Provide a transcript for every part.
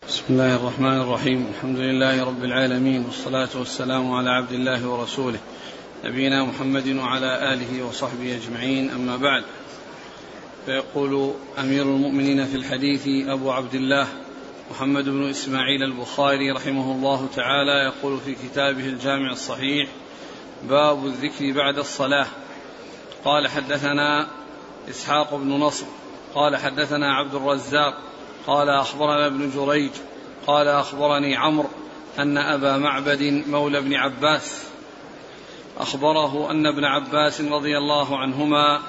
بسم الله الرحمن الرحيم. الحمد لله رب العالمين، والصلاة والسلام على عبد الله ورسوله نبينا محمد وعلى آله وصحبه أجمعين، أما بعد. فيقول أمير المؤمنين في الحديث أبو عبد الله محمد بن إسماعيل البخاري رحمه الله تعالى، يقول في كتابه الجامع الصحيح: باب الذكر بعد الصلاة. قال: حدثنا إسحاق بن نصر قال حدثنا عبد الرزاق قال أخبرنا ابن جريج قال أخبرني عمرو أن أبا معبد مولى ابن عباس أخبره أن ابن عباس رضي الله عنهما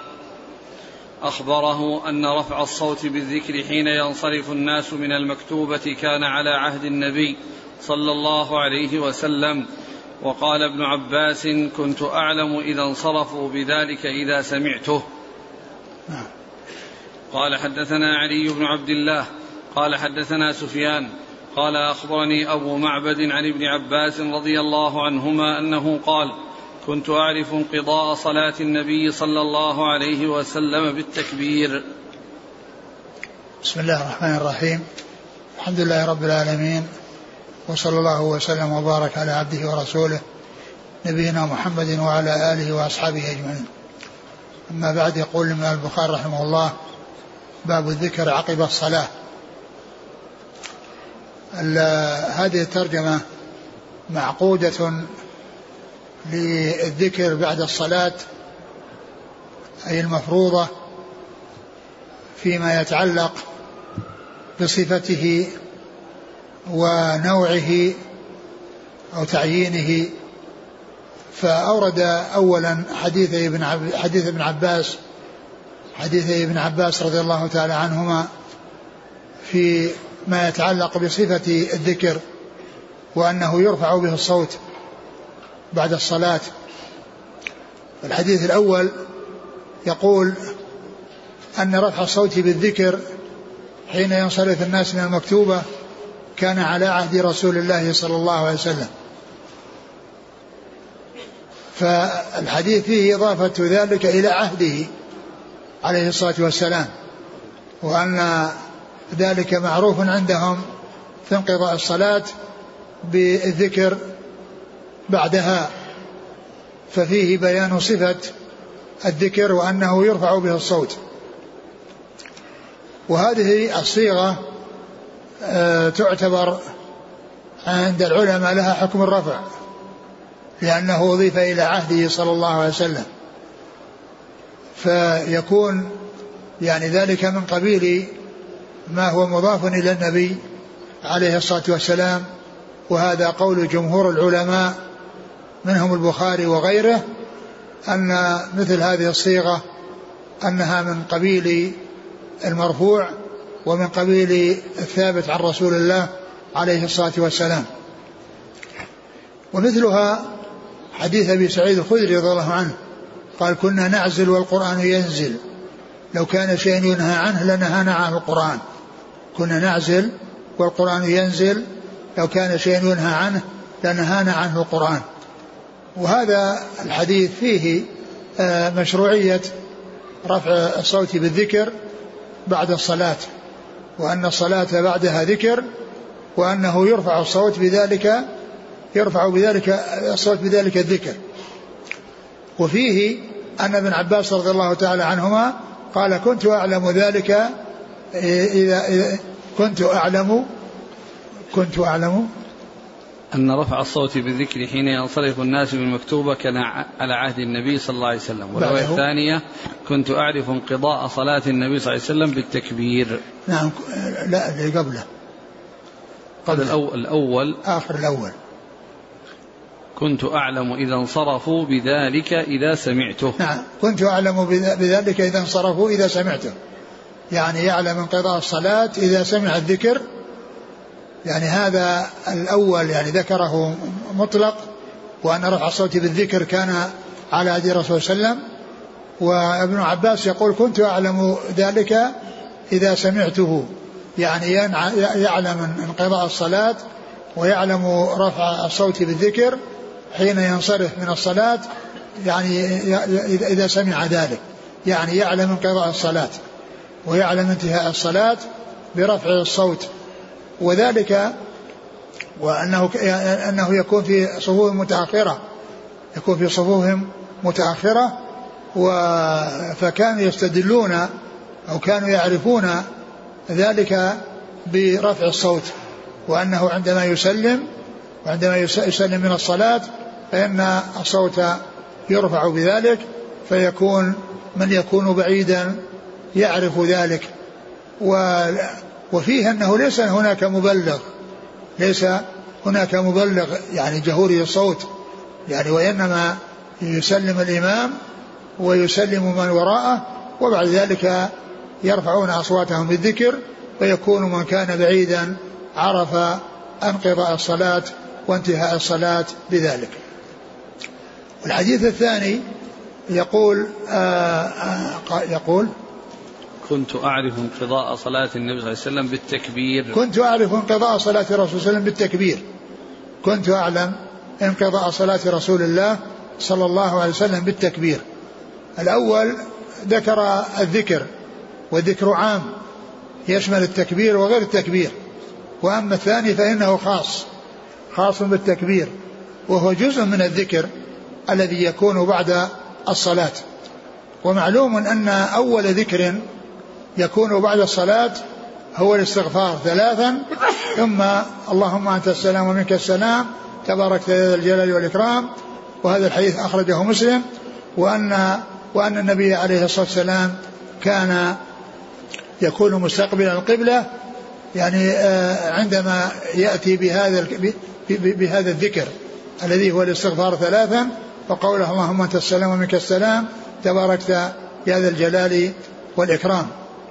أخبره أن رفع الصوت بالذكر حين ينصرف الناس من المكتوبة كان على عهد النبي صلى الله عليه وسلم. وقال ابن عباس: كنت أعلم إذا انصرفوا بذلك إذا سمعته. قال: حدثنا علي بن عبد الله قال حدثنا سفيان قال أخبرني أبو معبد عن ابن عباس رضي الله عنهما أنه قال: كنت أعرف انقضاء صلاة النبي صلى الله عليه وسلم بالتكبير. بسم الله الرحمن الرحيم. الحمد لله رب العالمين، وصلى الله وسلم وبارك على عبده ورسوله نبينا محمد وعلى آله وأصحابه أجمعين. أما بعد، يقول الإمام البخاري رحمه الله: باب الذكر عقب الصلاة. هذه الترجمة معقودة للذكر بعد الصلاة، أي المفروضة، فيما يتعلق بصفته ونوعه أو تعيينه. فأورد أولا حديث ابن عباس رضي الله تعالى عنهما في ما يتعلق بصفة الذكر، وأنه يرفع به الصوت بعد الصلاة. الحديث الأول يقول أن رفع الصوت بالذكر حين ينصرف الناس من المكتوبة كان على عهد رسول الله صلى الله عليه وسلم. فالحديث فيه إضافة ذلك إلى عهده عليه الصلاة والسلام، وأن ذلك معروف عندهم في انقضاء الصلاة بالذكر بعدها، ففيه بيان صفة الذكر وأنه يرفع به الصوت. وهذه الصيغة تعتبر عند العلماء لها حكم الرفع، لأنه أضيف إلى عهده صلى الله عليه وسلم، فيكون يعني ذلك من قبيل ما هو مضاف إلى النبي عليه الصلاة والسلام. وهذا قول جمهور العلماء منهم البخاري وغيره، أن مثل هذه الصيغة أنها من قبيل المرفوع ومن قبيل الثابت عن رسول الله عليه الصلاة والسلام. ومثلها حديث أبي سعيد الخدري رضي الله عنه قال: كنا نعزل والقرآن ينزل، لو كان شيء ينهى عنه لنهانا عنه القرآن. كنا نعزل والقرآن ينزل، لو كان شيء ينهى عنه لنهانا عنه القرآن. وهذا الحديث فيه مشروعية رفع الصوت بالذكر بعد الصلاة، وأن الصلاة بعدها ذكر، وأنه يرفع الصوت بذلك الذكر. وفيه أن ابن عباس رضي الله تعالى عنهما قال: كنت أعلم ذلك إذا كنت أعلم أن رفع الصوت بالذكر حين ينصرف الناس من المكتوبة كان على عهد النبي صلى الله عليه وسلم. والرواية الثانية: كنت أعرف انقضاء صلاة النبي صلى الله عليه وسلم بالتكبير. نعم، لا اللي قبله الأول آخر الأول: كنت أعلم إذا انصرفوا بذلك إذا سمعته. نعم، كنت أعلم بذلك إذا انصرفوا إذا سمعته، يعني يعلم انقضاء الصلاة إذا سمع الذكر. يعني هذا الأول يعني ذكره مطلق، وأن رفع الصوت بالذكر كان على عهد الرسول صلى الله عليه وسلم. وابن عباس يقول: كنت أعلم ذلك إذا سمعته، يعني يعلم انقضاء الصلاة ويعلم رفع الصوت بالذكر حين ينصرف من الصلاة، يعني إذا سمع ذلك، يعني يعلم انقضاء الصلاة ويعلم انتهاء الصلاة برفع الصوت وذلك وأنه يكون في صفوف متأخرة، يكون في صفوفهم متأخرة. فكانوا يستدلون أو كانوا يعرفون ذلك برفع الصوت، وأنه عندما يسلم من الصلاة فإن الصوت يرفع بذلك، فيكون من يكون بعيدا يعرف ذلك. وفيه أنه ليس هناك مبلغ يعني جهوري الصوت يعني، وإنما يسلم الإمام ويسلم من وراءه، وبعد ذلك يرفعون أصواتهم بالذكر، فيكون من كان بعيدا عرف انقضاء الصلاة وانتهاء الصلاة بذلك. والحديث الثاني يقول كنت أعرف انقضاء صلاة النبي صلى الله عليه وسلم بالتكبير. كنت أعرف انقضاء صلاة الرسول صلى الله عليه وسلم بالتكبير. كنت أعلم انقضاء صلاة رسول الله صلى الله عليه وسلم بالتكبير. الأول ذكر الذكر، والذكر عام يشمل التكبير وغير التكبير. وأما الثاني فإنه خاص بالتكبير، وهو جزء من الذكر الذي يكون بعد الصلاة. ومعلوم أن أول ذكر يكون بعد الصلاة هو الاستغفار 3، ثم اللهم أنت السلام ومنك السلام تبارك يا ذا الجلال والإكرام. وهذا الحديث أخرجه مسلم. وأن النبي عليه الصلاة والسلام كان يكون مستقبلا القبلة يعني عندما يأتي بهذا الذكر الذي هو الاستغفار 3، وقوله اللهم أنت السلام ومنك السلام تباركت يا ذا الجلال والإكرام.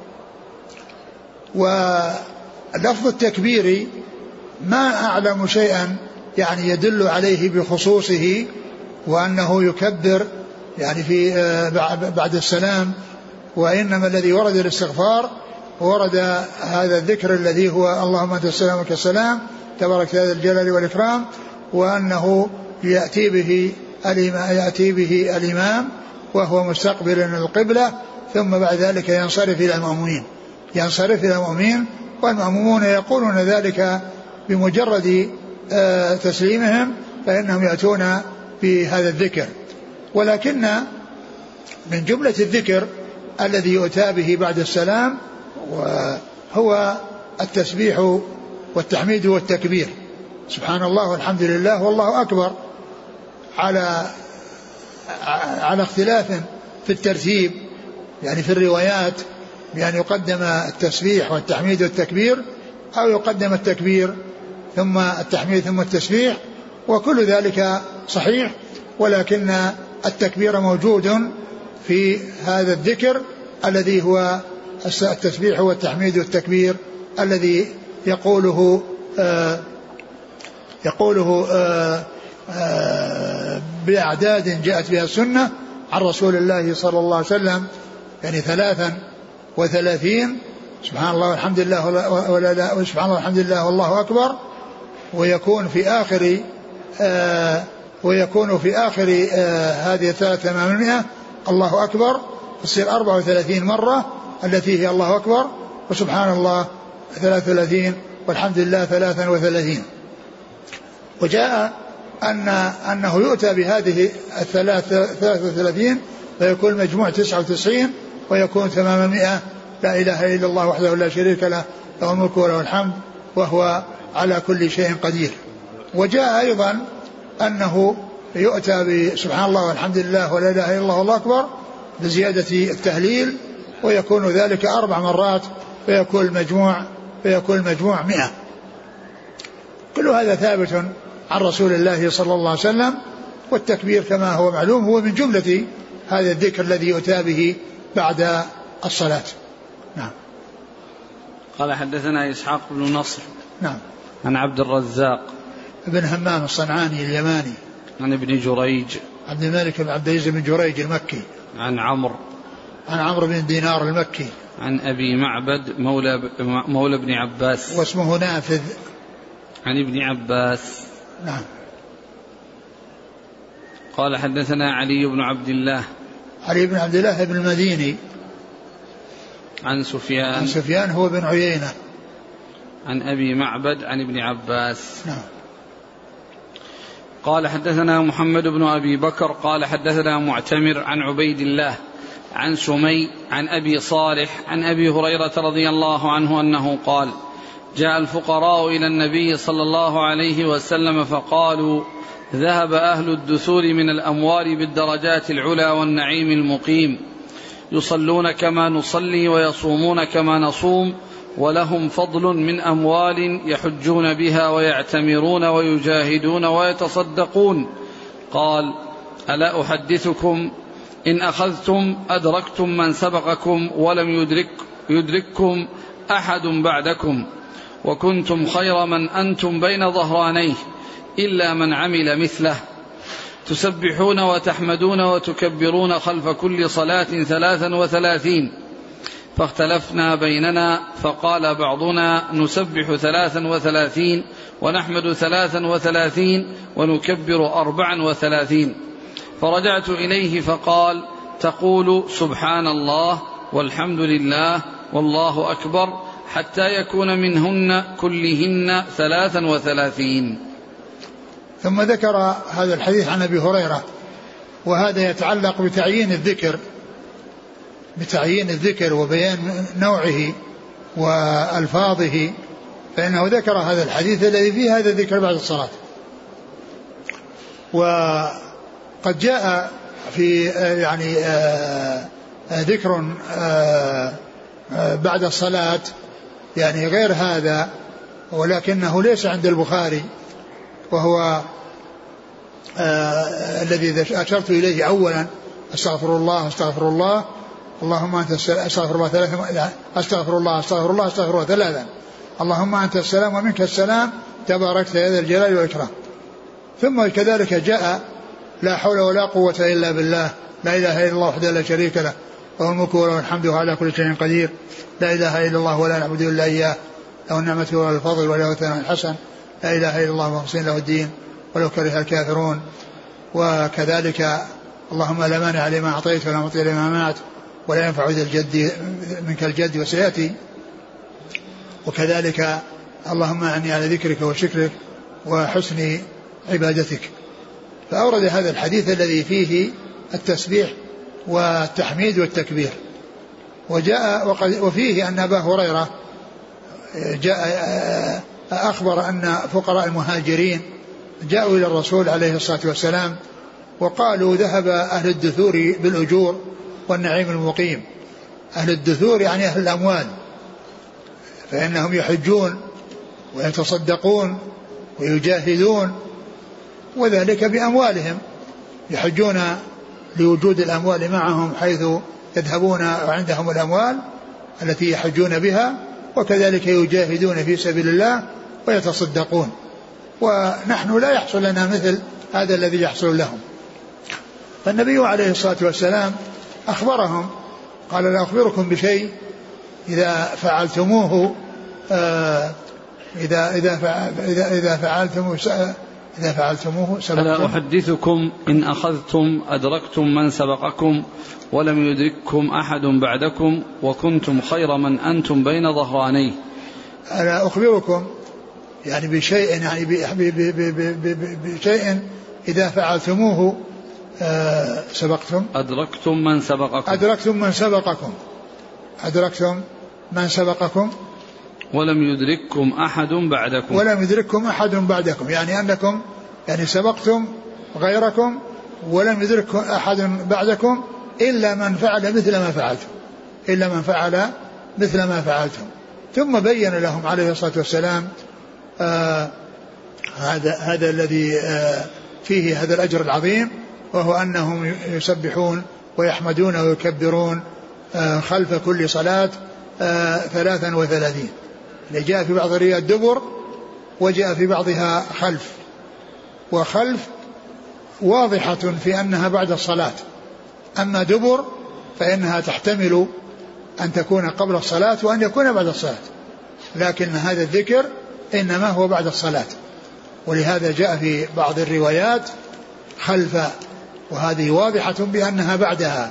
ولفظ التكبير ما أعلم شيئا يعني يدل عليه بخصوصه، وأنه يكبر يعني في بعد السلام، وإنما الذي ورد الاستغفار ورد هذا الذكر الذي هو اللهم أنت السلام ومنك السلام تبارك يا ذا الجلال والإكرام، وأنه يأتي به الإمام وهو مستقبل القبلة، ثم بعد ذلك ينصرف إلى المؤمنين، والمأمومون يقولون ذلك بمجرد تسليمهم، فإنهم يأتون بهذا الذكر. ولكن من جملة الذكر الذي يؤتى به بعد السلام وهو التسبيح والتحميد والتكبير، سبحان الله والحمد لله والله أكبر، على اختلاف في الترتيب يعني في الروايات، بأن يقدم التسبيح والتحميد والتكبير، أو يقدم التكبير ثم التحميد ثم التسبيح، وكل ذلك صحيح. ولكن التكبير موجود في هذا الذكر الذي هو التسبيح والتحميد والتكبير الذي يقوله بأعداد جاءت بها السنة عن رسول الله صلى الله عليه وسلم، يعني 33 سبحان الله والحمد لله سبحان الله والحمد لله والله أكبر، ويكون في آخر هذه 300 الله أكبر، تصير 34 مرة التي هي الله أكبر وسبحان الله 33 والحمد لله 33. وجاء أنه يؤتى بهذه 33 فيكون المجموع 99، ويكون 800 لا إله إلا الله وحده لا شريك له له الملك وله الحمد وهو على كل شيء قدير. وجاء أيضا أنه يؤتى بسبحان الله والحمد لله ولا إله إلا الله والله أكبر بزيادة التهليل، ويكون ذلك 4 مرات، فيكون المجموع 100. كل هذا ثابت عن رسول الله صلى الله عليه وسلم. والتكبير كما هو معلوم هو من جملة هذا الذكر الذي يؤتى به بعد الصلاة. نعم. قال حدثنا إسحاق بن نصر نعم عن عبد الرزاق ابن همام الصنعاني اليماني عن ابن جريج عبد الملك بن عبد العزيز بن جريج المكي عن عمرو بن دينار المكي عن أبي معبد مولى ابن عباس واسمه نافذ عن ابن عباس. نعم. قال حدثنا علي بن عبد الله بن المديني عن سفيان هو بن عيينة عن أبي معبد عن ابن عباس. نعم. قال حدثنا محمد بن أبي بكر قال حدثنا معتمر عن عبيد الله عن سمي عن أبي صالح عن أبي هريرة رضي الله عنه أنه قال: جاء الفقراء إلى النبي صلى الله عليه وسلم فقالوا: ذهب أهل الدثور من الأموال بالدرجات العلى والنعيم المقيم، يصلون كما نصلي ويصومون كما نصوم، ولهم فضل من أموال يحجون بها ويعتمرون ويجاهدون ويتصدقون. قال: ألا أحدثكم إن أخذتم أدركتم من سبقكم ولم يدرككم أحد بعدكم، وكنتم خير من أنتم بين ظهرانيه إلا من عمل مثله، تسبحون وتحمدون وتكبرون خلف كل صلاة 33. فاختلفنا بيننا فقال بعضنا: نسبح 33 ونحمد 33 ونكبر 34. فرجعت إليه فقال: تقول سبحان الله والحمد لله والله أكبر حتى يكون منهن كلهن 33. ثم ذكر هذا الحديث عن أبي هريرة، وهذا يتعلق بتعيين الذكر وبيان نوعه وألفاظه، فإنه ذكر هذا الحديث الذي فيه هذا الذكر بعد الصلاة. وقد جاء في يعني ذكر بعد الصلاة يعني غير هذا، ولكنه ليس عند البخاري، وهو الذي أشرت إليه أولا: أستغفر الله أستغفر الله اللهم أنت أستغفر الله ثلاثا، أستغفر الله أستغفر الله أستغفر الله ثلاثا، اللهم أنت السلام ومنك السلام تباركت يا ذا الجلال والإكرام. ثم كذلك جاء: لا حول ولا قوة إلا بالله، لا إله إلا الله وحده لا شريك له، له الملك وله الحمد وهو على كل شيء قدير، لا إله إلا الله ولا نعبد إلا إياه، له النعمة وله الفضل وله الثناء الحسن، لا إله إلا الله مخلصين له الدين ولو كره الكافرون. وكذلك: اللهم لا مانع لما أعطيت ولا معطي لما منعت ولا ينفع ذا الجد منك الجد وسيأتي. وكذلك: اللهم أعني على ذكرك وشكرك وحسن عبادتك. فأورد هذا الحديث الذي فيه التسبيح والتحميد والتكبير. وجاء وفيه أن أبا هريرة جاء أخبر أن فقراء المهاجرين جاءوا إلى الرسول عليه الصلاة والسلام وقالوا: ذهب أهل الدثور بالأجور والنعيم المقيم. أهل الدثور يعني أهل الأموال، فإنهم يحجون ويتصدقون ويجاهدون، وذلك بأموالهم، يحجون لوجود الأموال معهم حيث يذهبون وعندهم الأموال التي يحجون بها، وكذلك يجاهدون في سبيل الله ويتصدقون. ونحن لا يحصل لنا مثل هذا الذي يحصل لهم. فالنبي عليه الصلاة والسلام أخبرهم، قال: لا أخبركم بشيء إذا فعلتموه إذا فعلتموه سبقتم. ألا أحدثكم إن أخذتم أدركتم من سبقكم ولم يدرككم أحد بعدكم وكنتم خير من أنتم بين ظهرانيه. ألا أخبركم يعني بشيء، يعني بشيء إذا فعلتموه سبقتم أدركتم من سبقكم ولم يدرككم أحد بعدكم يعني أنكم يعني سبقتم غيركم ولم يدرككم أحد بعدكم إلا من فعل مثل ما فعلتم. ثم بين لهم عليه الصلاة والسلام هذا الذي فيه هذا الأجر العظيم، وهو أنهم يسبحون ويحمدون ويكبرون خلف كل صلاة 33. جاء في بعض الروايات دبر، وجاء في بعضها خلف. وخلف واضحة في أنها بعد الصلاة، أما دبر فإنها تحتمل أن تكون قبل الصلاة وأن يكون بعد الصلاة، لكن هذا الذكر إنما هو بعد الصلاة، ولهذا جاء في بعض الروايات خلف، وهذه واضحة بأنها بعدها.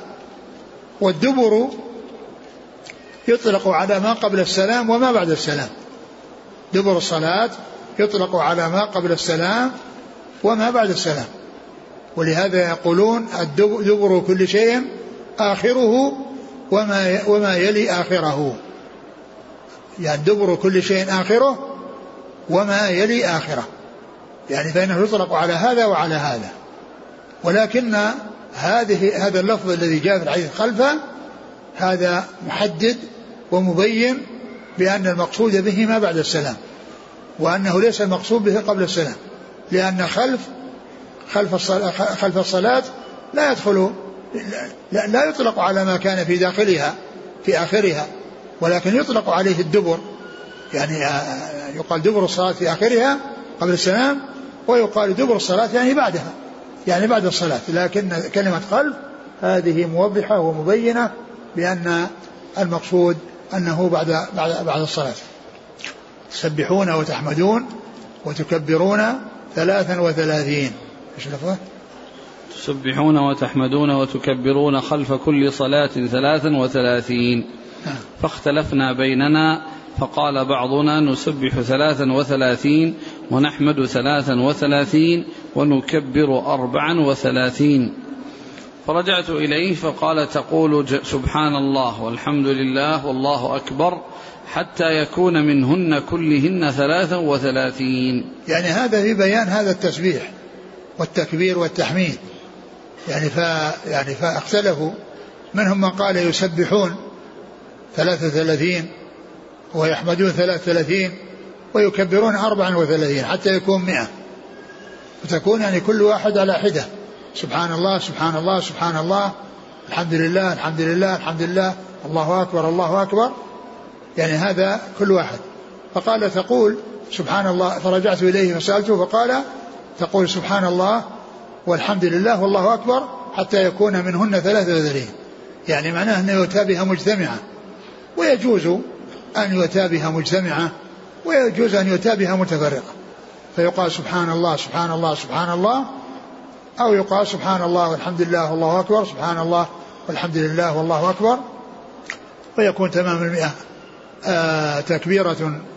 والدبر يطلق على ما قبل السلام وما بعد السلام، دبر الصلاة يطلق على ما قبل السلام وما بعد السلام. ولهذا يقولون دبر كل شيء آخره وما يلي آخره، يعني دبر كل شيء آخره وما يلي آخره، يعني فإنه يطلق على هذا وعلى هذا. ولكن هذا اللفظ الذي جاء في الحديث خلفه هذا محدد ومبين بأن المقصود به ما بعد السلام، وأنه ليس المقصود به قبل السلام، لأن خلف الصلاة لا يدخل، لا يطلق على ما كان في داخلها في آخرها، ولكن يطلق عليه الدبر، يعني يقال دبر الصلاة في آخرها قبل السلام، ويقال دبر الصلاة يعني بعدها، يعني بعد الصلاة. لكن كلمة خلف هذه موضحة ومبينة بأن المقصود أنه بعد الصلاة. تسبحون وتحمدون وتكبرون 33. ايش لفظه؟ تسبحون وتحمدون وتكبرون خلف كل صلاة 33. فاختلفنا بيننا فقال بعضنا نسبح 33 ونحمد 33 ونكبر 34. فرجعت إليه فقال تقول سبحان الله والحمد لله والله أكبر حتى يكون منهن كلهن 33. يعني هذا في بيان هذا التسبيح والتكبير والتحميد، يعني فاختلفوا، منهم من قال يسبحون 33 ويحمدون 33 ويكبرون 34 حتى يكون 100، فتكون يعني كل واحد على حدة، سبحان الله سبحان الله سبحان الله، الحمد لله الحمد لله الحمد لله، الله أكبر الله أكبر، يعني هذا كل واحد. فقال تقول سبحان الله، فرجعت إليه فسألته فقال تقول سبحان الله والحمد لله والله أكبر حتى يكون منهن 33، يعني معناه أنه يؤتى بها مجتمعة، ويجوز أن يؤتى بها مجتمعة ويجوز أن يؤتى بها متفرقة، فيقال سبحان الله سبحان الله سبحان الله، أو يقال سبحان الله والحمد لله والله أكبر، سبحان الله والحمد لله والله أكبر، ويكون تمام 100 تكبيرة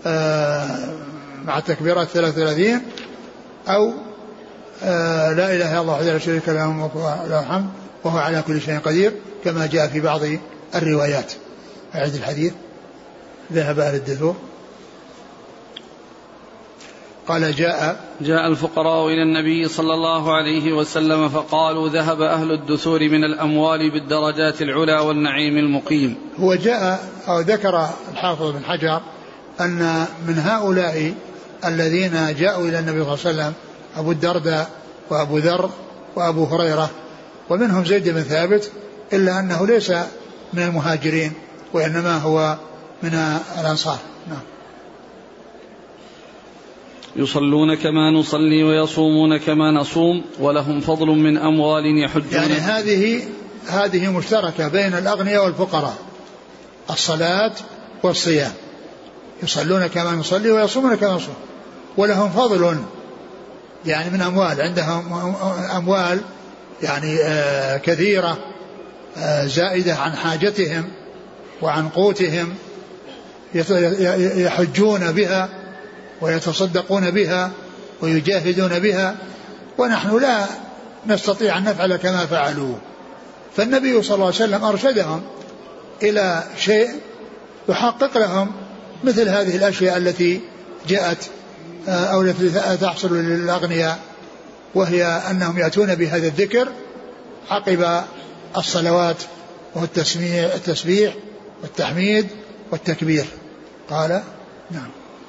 مع التكبيرات 33، أو لا إله إلا الله وحده لا شريك له له الحمد وهو على كل شيء قدير، كما جاء في بعض الروايات. أعد الحديث. ذهب أهل الدثور. قال جاء الفقراء إلى النبي صلى الله عليه وسلم فقالوا ذهب أهل الدثور من الأموال بالدرجات العلى والنعيم المقيم. هو جاء أو ذكر الحافظ بن حجر أن من هؤلاء الذين جاءوا إلى النبي صلى الله عليه وسلم أبو الدرداء وأبو ذر وأبو هريرة، ومنهم زيد بن ثابت، إلا أنه ليس من المهاجرين وإنما هو من الأنصار. نعم. يصلون كما نصلي ويصومون كما نصوم ولهم فضل من أموال يحجون. يعني هذه مشتركة بين الأغنياء والفقراء، الصلاة والصيام، يصلون كما نصلي ويصومون كما نصوم، ولهم فضل يعني من أموال، عندهم أموال يعني كثيرة زائدة عن حاجتهم وعن قوتهم، يحجون بها ويتصدقون بها ويجاهدون بها، ونحن لا نستطيع أن نفعل كما فعلوا. فالنبي صلى الله عليه وسلم أرشدهم إلى شيء يحقق لهم مثل هذه الأشياء التي جاءت أو التي تحصل للأغنياء، وهي أنهم يأتون بهذا الذكر عقب الصلوات، وهو التسبيح والتحميد والتكبير. قال نعم.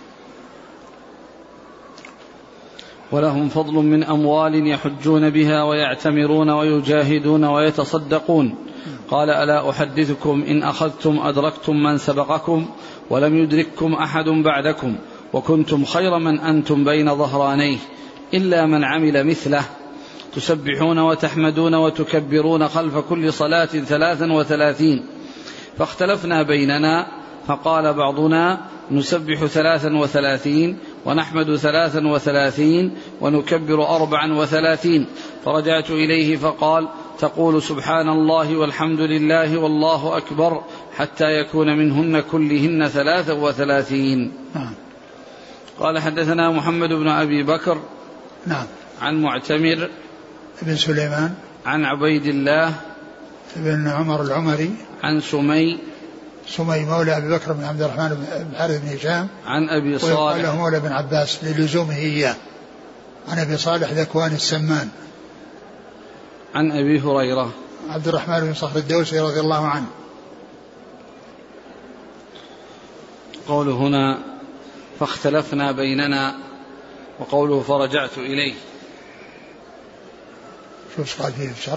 ولهم فضل من أموال يحجون بها ويعتمرون ويجاهدون ويتصدقون. قال ألا أحدثكم إن أخذتم أدركتم من سبقكم ولم يدرككم أحد بعدكم وكنتم خير من أنتم بين ظهرانيه إلا من عمل مثله. تسبحون وتحمدون وتكبرون خلف كل صلاة 33. فاختلفنا بيننا فقال بعضنا نسبح 33 ونحمد 33 ونكبر 34. فرجعت إليه فقال تقول سبحان الله والحمد لله والله أكبر حتى يكون منهن كلهن 33. قال حدثنا محمد بن أبي بكر نعم عن معتمر بن سليمان عن عبيد الله بن عمر العمري عن سمي مولى أبي بكر بن عبد الرحمن بن حارث بن هشام عن أبي صالح ويقال له مولى بن عباس للزومه إياه عن أبي صالح ذكوان السمان عن أبي هريرة عبد الرحمن بن صخر الدوسي رضي الله عنه. قوله هنا فاختلفنا بيننا وقوله فرجعت إليه شو قال فيه الشرح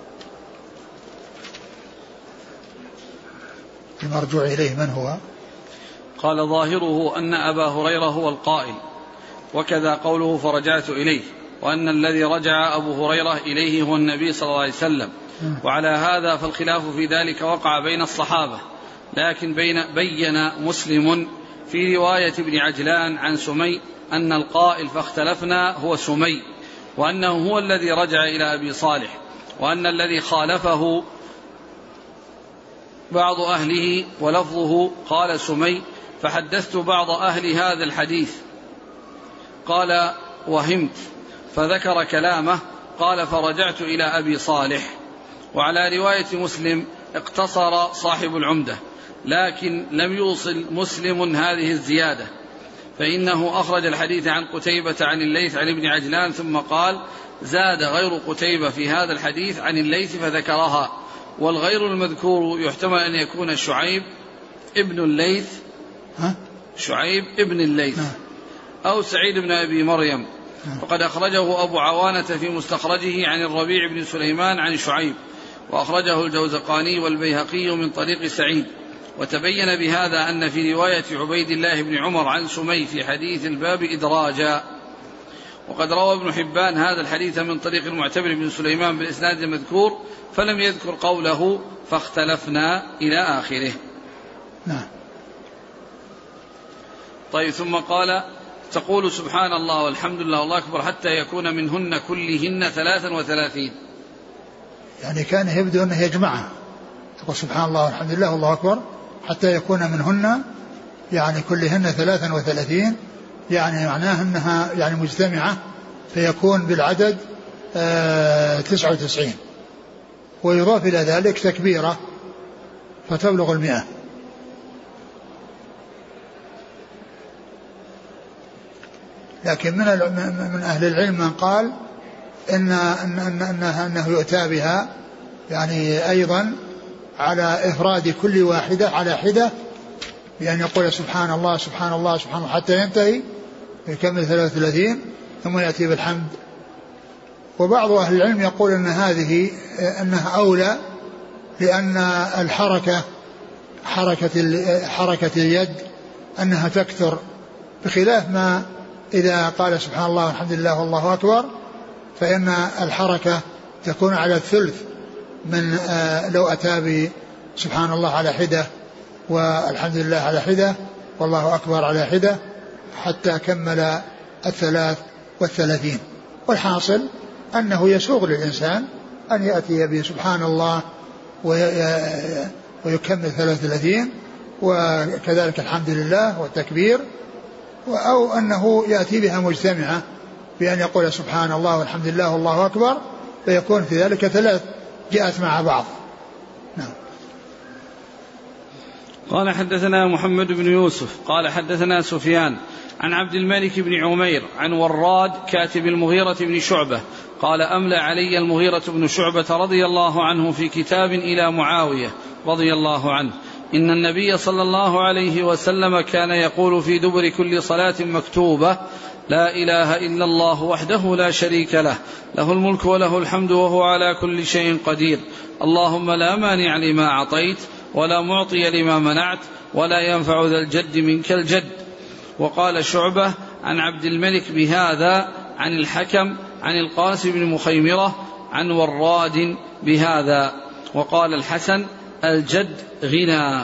المرجوع إليه من هو؟ قال ظاهره أن أبا هريرة هو القائل وكذا قوله فرجعت إليه وأن الذي رجع أبو هريرة إليه هو النبي صلى الله عليه وسلم. وعلى هذا فالخلاف في ذلك وقع بين الصحابة لكن بين مسلم في رواية ابن عجلان عن سمي أن القائل فاختلفنا هو سمي وأنه هو الذي رجع إلى أبي صالح وأن الذي خالفه بعض أهله ولفظه قال سمي فحدثت بعض أهل هذا الحديث قال وهمت فذكر كلامه قال فرجعت إلى أبي صالح. وعلى رواية مسلم اقتصر صاحب العمدة لكن لم يوصل مسلم هذه الزيادة فإنه أخرج الحديث عن قتيبة عن الليث عن ابن عجلان ثم قال زاد غير قتيبة في هذا الحديث عن الليث فذكرها والغير المذكور يحتمل أن يكون شعيب ابن الليث أو سعيد بن أبي مريم وقد أخرجه أبو عوانة في مستخرجه عن الربيع بن سليمان عن شعيب وأخرجه الجوزقاني والبيهقي من طريق سعيد. وتبين بهذا أن في رواية عبيد الله بن عمر عن سمي في حديث الباب إدراجا. وقد روى ابن حبان هذا الحديث من طريق المعتمر بن سليمان بالإسناد المذكور فلم يذكر قوله فاختلفنا إلى آخره. طيب ثم قال تقول سبحان الله والحمد لله والله أكبر حتى يكون منهن كلهن 33 يعني كان يبدو أنه يجمعها تقول سبحان الله والحمد لله والله أكبر حتى يكون منهن يعني كلهن 33 يعني معناه أنها يعني مجتمعة فيكون بالعدد 99 ويضاف إلى ذلك تكبيرة فتبلغ 100. لكن من أهل العلم من قال أنه يؤتى بها يعني أيضا على إفراد كل واحدة على حدة بأن يقول سبحان الله سبحان الله سبحان الله حتى ينتهي يكمل 33 ثم يأتي بالحمد. وبعض أهل العلم يقول أن هذه أنها أولى لأن الحركة حركة اليد أنها تكثر بخلاف ما إذا قال سبحان الله والحمد لله والله أكبر فإن الحركة تكون على الثلث من لو أتى سبحان الله على حدة والحمد لله على حدة والله أكبر على حدة حتى كمل 33. والحاصل أنه يسوغ للإنسان أن يأتي بسبحان الله ويكمل 33 وكذلك الحمد لله والتكبير أو أنه يأتي بها مجتمعة بأن يقول سبحان الله والحمد لله والله أكبر فيكون في ذلك 3 جاءت مع بعض. نعم. قال حدثنا محمد بن يوسف قال حدثنا سفيان عن عبد الملك بن عمير عن وراد كاتب المغيرة بن شعبة قال أملى علي المغيرة بن شعبة رضي الله عنه في كتاب إلى معاوية رضي الله عنه إن النبي صلى الله عليه وسلم كان يقول في دبر كل صلاة مكتوبة لا إله إلا الله وحده لا شريك له له الملك وله الحمد وهو على كل شيء قدير اللهم لا مانع لما أعطيت ولا معطي لما منعت ولا ينفع ذا الجد منك الجد. وقال شعبة عن عبد الملك بهذا عن الحكم عن القاسم بن مخيمرة عن وراد بهذا. وقال الحسن الجد غنى.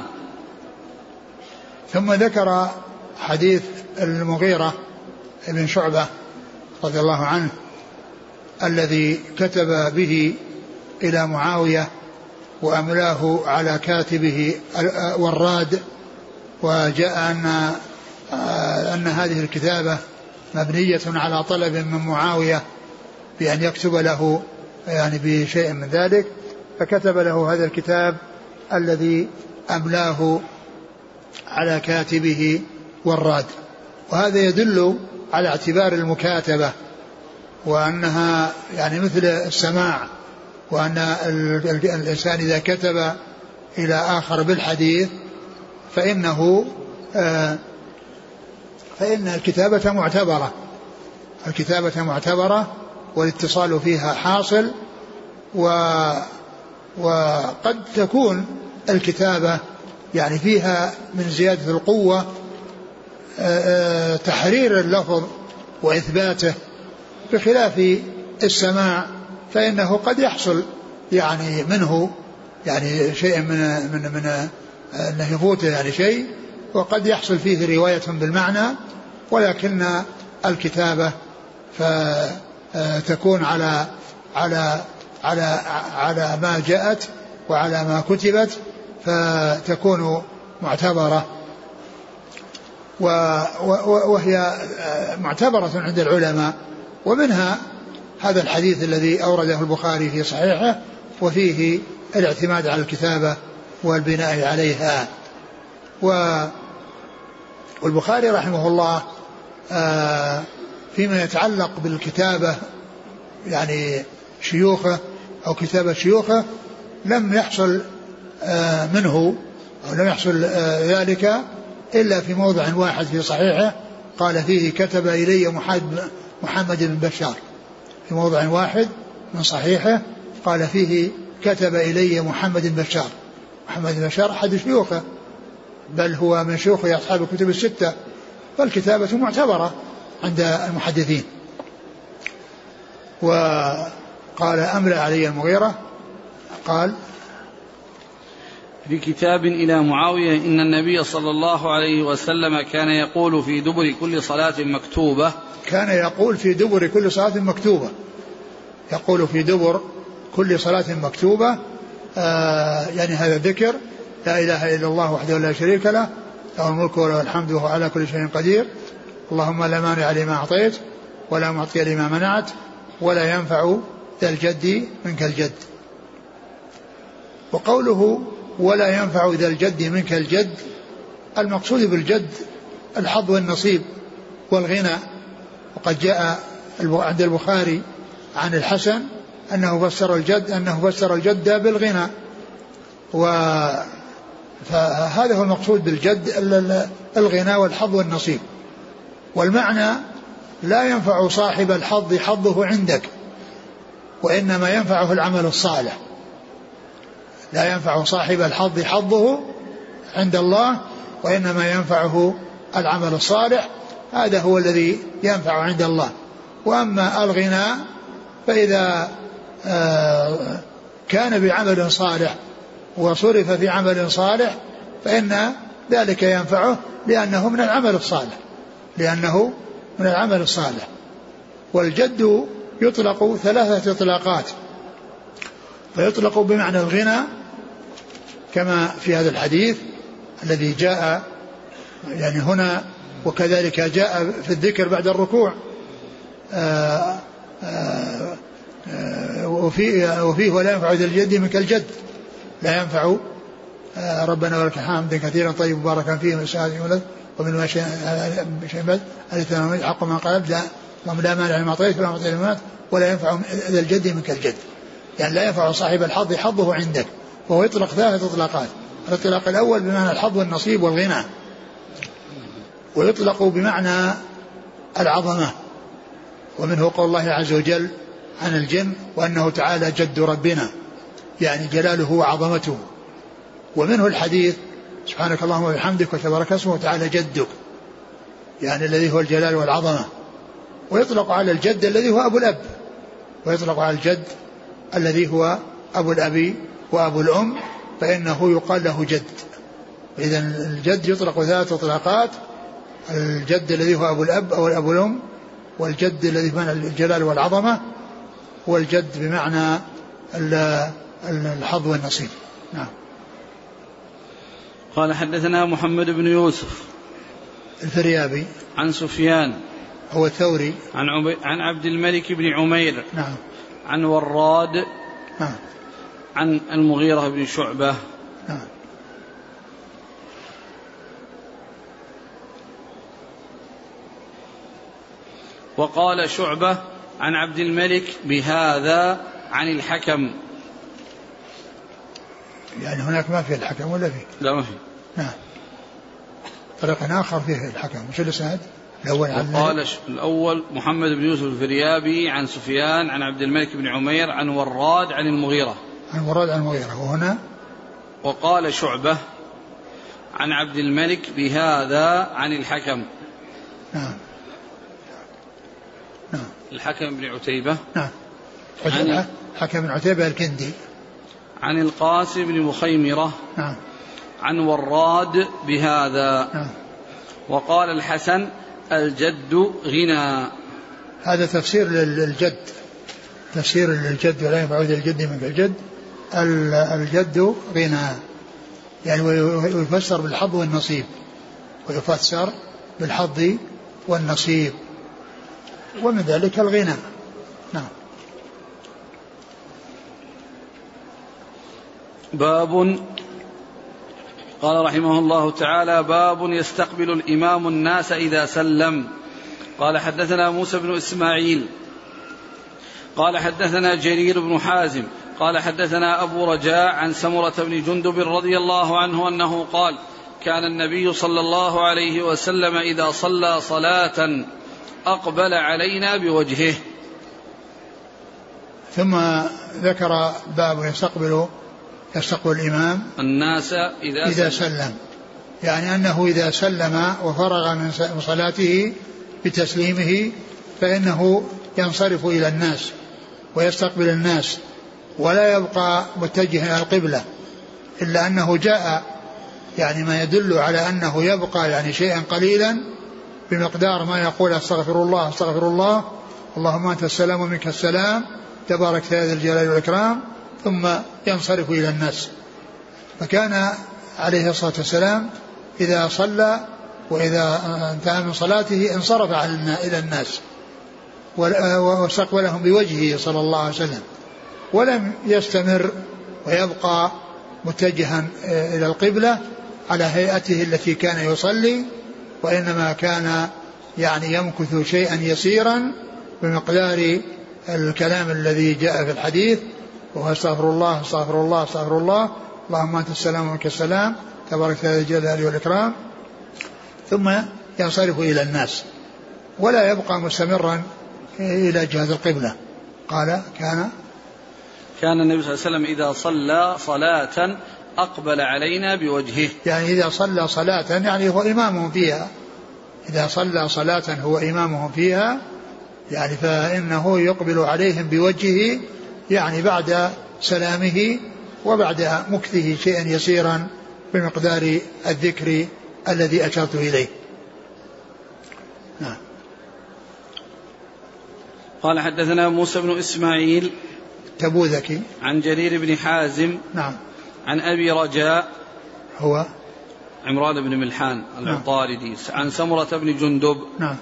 ثم ذكر حديث المغيرة بن شعبة رضي الله عنه الذي كتب به إلى معاوية وأملاه على كاتبه وراد وجاء وأن هذه الكتابة مبنية على طلب من معاوية بأن يكتب له يعني بشيء من ذلك، فكتب له هذا الكتاب الذي أملاه على كاتبه والراد. وهذا يدل على اعتبار المكاتبة وأنها يعني مثل السماع، وأن الإنسان إذا كتب إلى آخر بالحديث فإن الكتابة معتبرة والاتصال فيها حاصل. وقد تكون الكتابة يعني فيها من زيادة القوة تحرير اللفظ وإثباته، بخلاف السماع فإنه قد يحصل يعني منه يعني شيء من أنه يفوته يعني شيء، وقد يحصل فيه رواية بالمعنى، ولكن الكتابة فتكون على ما جاءت وعلى ما كتبت، فتكون معتبرة، وهي معتبرة عند العلماء. ومنها هذا الحديث الذي أورده البخاري في صحيحه وفيه الاعتماد على الكتابة والبناء عليها. والبخاري رحمه الله فيما يتعلق بالكتابة يعني شيوخه أو كتابة شيوخه لم يحصل منه أو لم يحصل ذلك إلا في موضع واحد في صحيحه قال فيه كتب إلي محمد بن بشار، في موضع واحد من صحيحه قال فيه كتب إلي محمد بن بشار. محمد بن بشار أحد شيوخه، بل هو من شيوخ أصحاب الكتب الستة، فالكتابة معتبرة عند المحدثين. وقال أملى علي المغيرة قال في كتاب إلى معاوية إن النبي صلى الله عليه وسلم كان يقول في دبر كل صلاة مكتوبة، كان يقول في دبر كل صلاة مكتوبة، يقول في دبر كل صلاة مكتوبة يعني هذا ذكر لا إله إلا الله وحده لا شريك له، له الملك وله الحمد وهو على كل شيء قدير، اللهم لا مانع لما أعطيت ولا معطي لما منعت ولا ينفع ذا الجد منك الجد. وقوله ولا ينفع ذا الجد منك الجد، المقصود بالجد الحظ والنصيب والغنى. وقد جاء عند البخاري عن الحسن أنه فسر الجد بالغنى، فهذا هو المقصود بالجد الغنى والحظ والنصيب. والمعنى لا ينفع صاحب الحظ حظه عندك، وإنما ينفعه العمل الصالح. لا ينفع صاحب الحظ حظه عند الله، وإنما ينفعه العمل الصالح، هذا هو الذي ينفع عند الله. وأما الغنى فإذا كان بعمل صالح وصرف في عمل صالح فإن ذلك ينفعه لأنه من العمل الصالح. والجد يطلق 3 إطلاقات، فيطلق بمعنى الغنى كما في هذا الحديث الذي جاء يعني هنا، وكذلك جاء في الذكر بعد الركوع وفيه ولا ينفع ذا الجد منك الجد، لا ينفع ربنا ولك الحمد كثيرا طيب مباركا فيه من سعادة ولد ومن شيء بعد الثانوي حق ما قال لا مانع لما أعطيت ولا معطي لما منعت ولا ينفع ذا الجد منك الجد، يعني لا ينفع صاحب الحظ حظه عندك. وهو يطلق 3 إطلاقات، الإطلاق الأول بمعنى الحظ والنصيب والغنى، ويطلق بمعنى العظمة، ومنه قول الله عز وجل عن الجن وأنه تعالى جد ربنا، يعني جلاله وعظمته. ومنه الحديث سبحانك اللهم وبحمدك وتبارك اسمه وتعالى جدك، يعني الذي هو الجلال والعظمة. ويطلق على الجد الذي هو أبو الأب، ويطلق على الجد الذي هو أبو الأب وأبو الأم، فإنه يقال له جد. إذن الجد يطلق 3 إطلاقات، الجد الذي هو أبو الأب أو أبو الأم، والجد الذي بمعنى الجلال والعظمة، والجد بمعنى الحظ والنصيب. نعم. قال حدثنا محمد بن يوسف الفريابي. عن سفيان هو الثوري. عن عبد الملك بن عمير. نعم. عن وراد. نعم. عن المغيرة بن شعبة. نعم. وقال شعبة عن عبد الملك بهذا عن الحكم. يعني هناك ما فيه الحكم ولا فيه؟ لا ما فيه. نعم. طريق آخر فيه الحكم. وش الإسناد وقال الأول محمد بن يوسف الفريابي عن سفيان عن عبد الملك بن عمير عن وراد عن المغيرة. عن وراد عن المغيرة. وهنا وقال شعبة عن عبد الملك بهذا عن الحكم. نعم. نعم. الحكم بن عتيبة. نعم. حكم بن عتيبة الكندي. عن القاسم بن مخيمرة. نعم. عن وراد بهذا. نعم. وقال الحسن الجد غنى. هذا تفسير للجد، تفسير للجد ولا يبعد الجد من الجد. الجد غنى يعني ويفسر بالحظ والنصيب، ويفسر بالحظ والنصيب ومن ذلك الغنى. نعم. باب قال رحمه الله تعالى باب يستقبل الإمام الناس إذا سلم. قال حدثنا موسى بن إسماعيل قال حدثنا جرير بن حازم قال حدثنا أبو رجاء عن سمرة بن جندب رضي الله عنه أنه قال كان النبي صلى الله عليه وسلم إذا صلى صلاة أقبل علينا بوجهه. ثم ذكر باب يستقبل الإمام الناس إذا سلم، يعني أنه إذا سلم وفرغ من صلاته بتسليمه فإنه ينصرف إلى الناس ويستقبل الناس ولا يبقى متجها إلى القبلة، إلا أنه جاء يعني ما يدل على أنه يبقى يعني شيئا قليلا بمقدار ما يقول استغفر الله استغفر الله اللهم أنت السلام ومنك السلام تبارك يا ذا الجلال والإكرام، ثم ينصرف إلى الناس. فكان عليه الصلاة والسلام إذا صلى وإذا انتهى من صلاته انصرف إلى الناس واستقبلهم بوجهه صلى الله عليه وسلم، ولم يستمر ويبقى متجها إلى القبلة على هيئته التي كان يصلي، وإنما كان يعني يمكث شيئا يسيرا بمقدار الكلام الذي جاء في الحديث، وهو استغفر الله استغفر الله استغفر الله اللهم أنت السلام ومنك السلام تبارك يا ذا الجلال والإكرام، ثم ينصرف إلى الناس ولا يبقى مستمرا إلى جهة القبلة. قال كان النبي صلى الله عليه وسلم إذا صلى صلاة أقبل علينا بوجهه، يعني إذا صلى صلاة يعني هو إمامهم فيها، إذا صلى صلاة هو إمامهم فيها يعني فإنه يقبل عليهم بوجهه، يعني بعد سلامه وبعد مكثه شيئا يسيرا بمقدار الذكر الذي أشرت إليه. نعم. قال حدثنا موسى بن إسماعيل تبوذكي عن جرير بن حازم. نعم. عن أبي رجاء هو عمران بن ملحان العطاردي. نعم. عن سمرة بن جندب. نعم.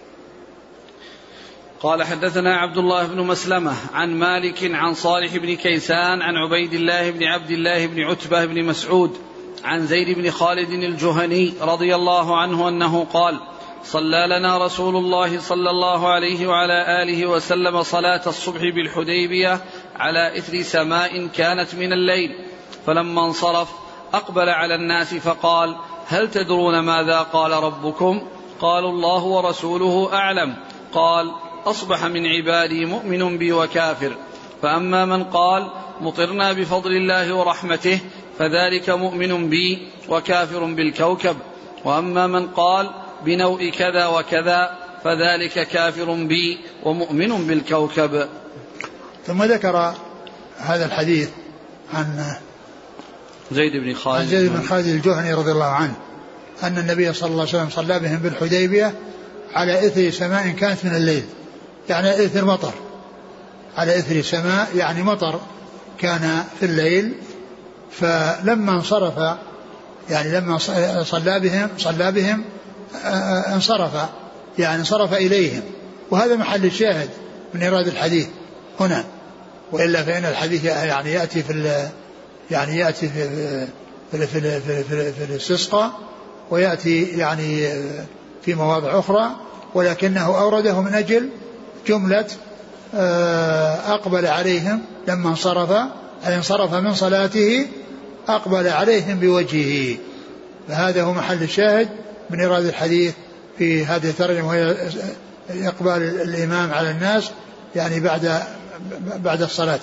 قال حدثنا عبد الله بن مسلمة عن مالك عن صالح بن كيسان عن عبيد الله بن عبد الله بن عتبة بن مسعود عن زيد بن خالد الجهني رضي الله عنه أنه قال صلى لنا رسول الله صلى الله عليه وعلى آله وسلم صلاة الصبح بالحديبية على إثر سماء كانت من الليل، فلما انصرف أقبل على الناس فقال هل تدرون ماذا قال ربكم؟ قالوا الله ورسوله أعلم. قال أصبح من عبادي مؤمن بي وكافر، فأما من قال مطرنا بفضل الله ورحمته فذلك مؤمن بي وكافر بالكوكب، وأما من قال بنوء كذا وكذا فذلك كافر بي ومؤمن بالكوكب. ثم ذكر هذا الحديث عن زيد بن خالد الجهني رضي الله عنه أن النبي صلى الله عليه وسلم صلى بهم بالحديبية على إثر سماء كانت من الليل، يعني إثر مطر، على إثر سماء يعني مطر كان في الليل. فلما انصرف يعني لما صلى بهم انصرف إليهم، وهذا محل الشاهد من إيراد الحديث هنا. وإلا فإن الحديث يعني يأتي في الاستسقاء، ويأتي يعني في مواضع أخرى، ولكنه أورده من أجل جملة أقبل عليهم لما انصرف من صلاته أقبل عليهم بوجهه. فهذا هو محل الشاهد من إيراد الحديث في هذه الترجمة، وهي إقبال الإمام على الناس يعني بعد الصلاة.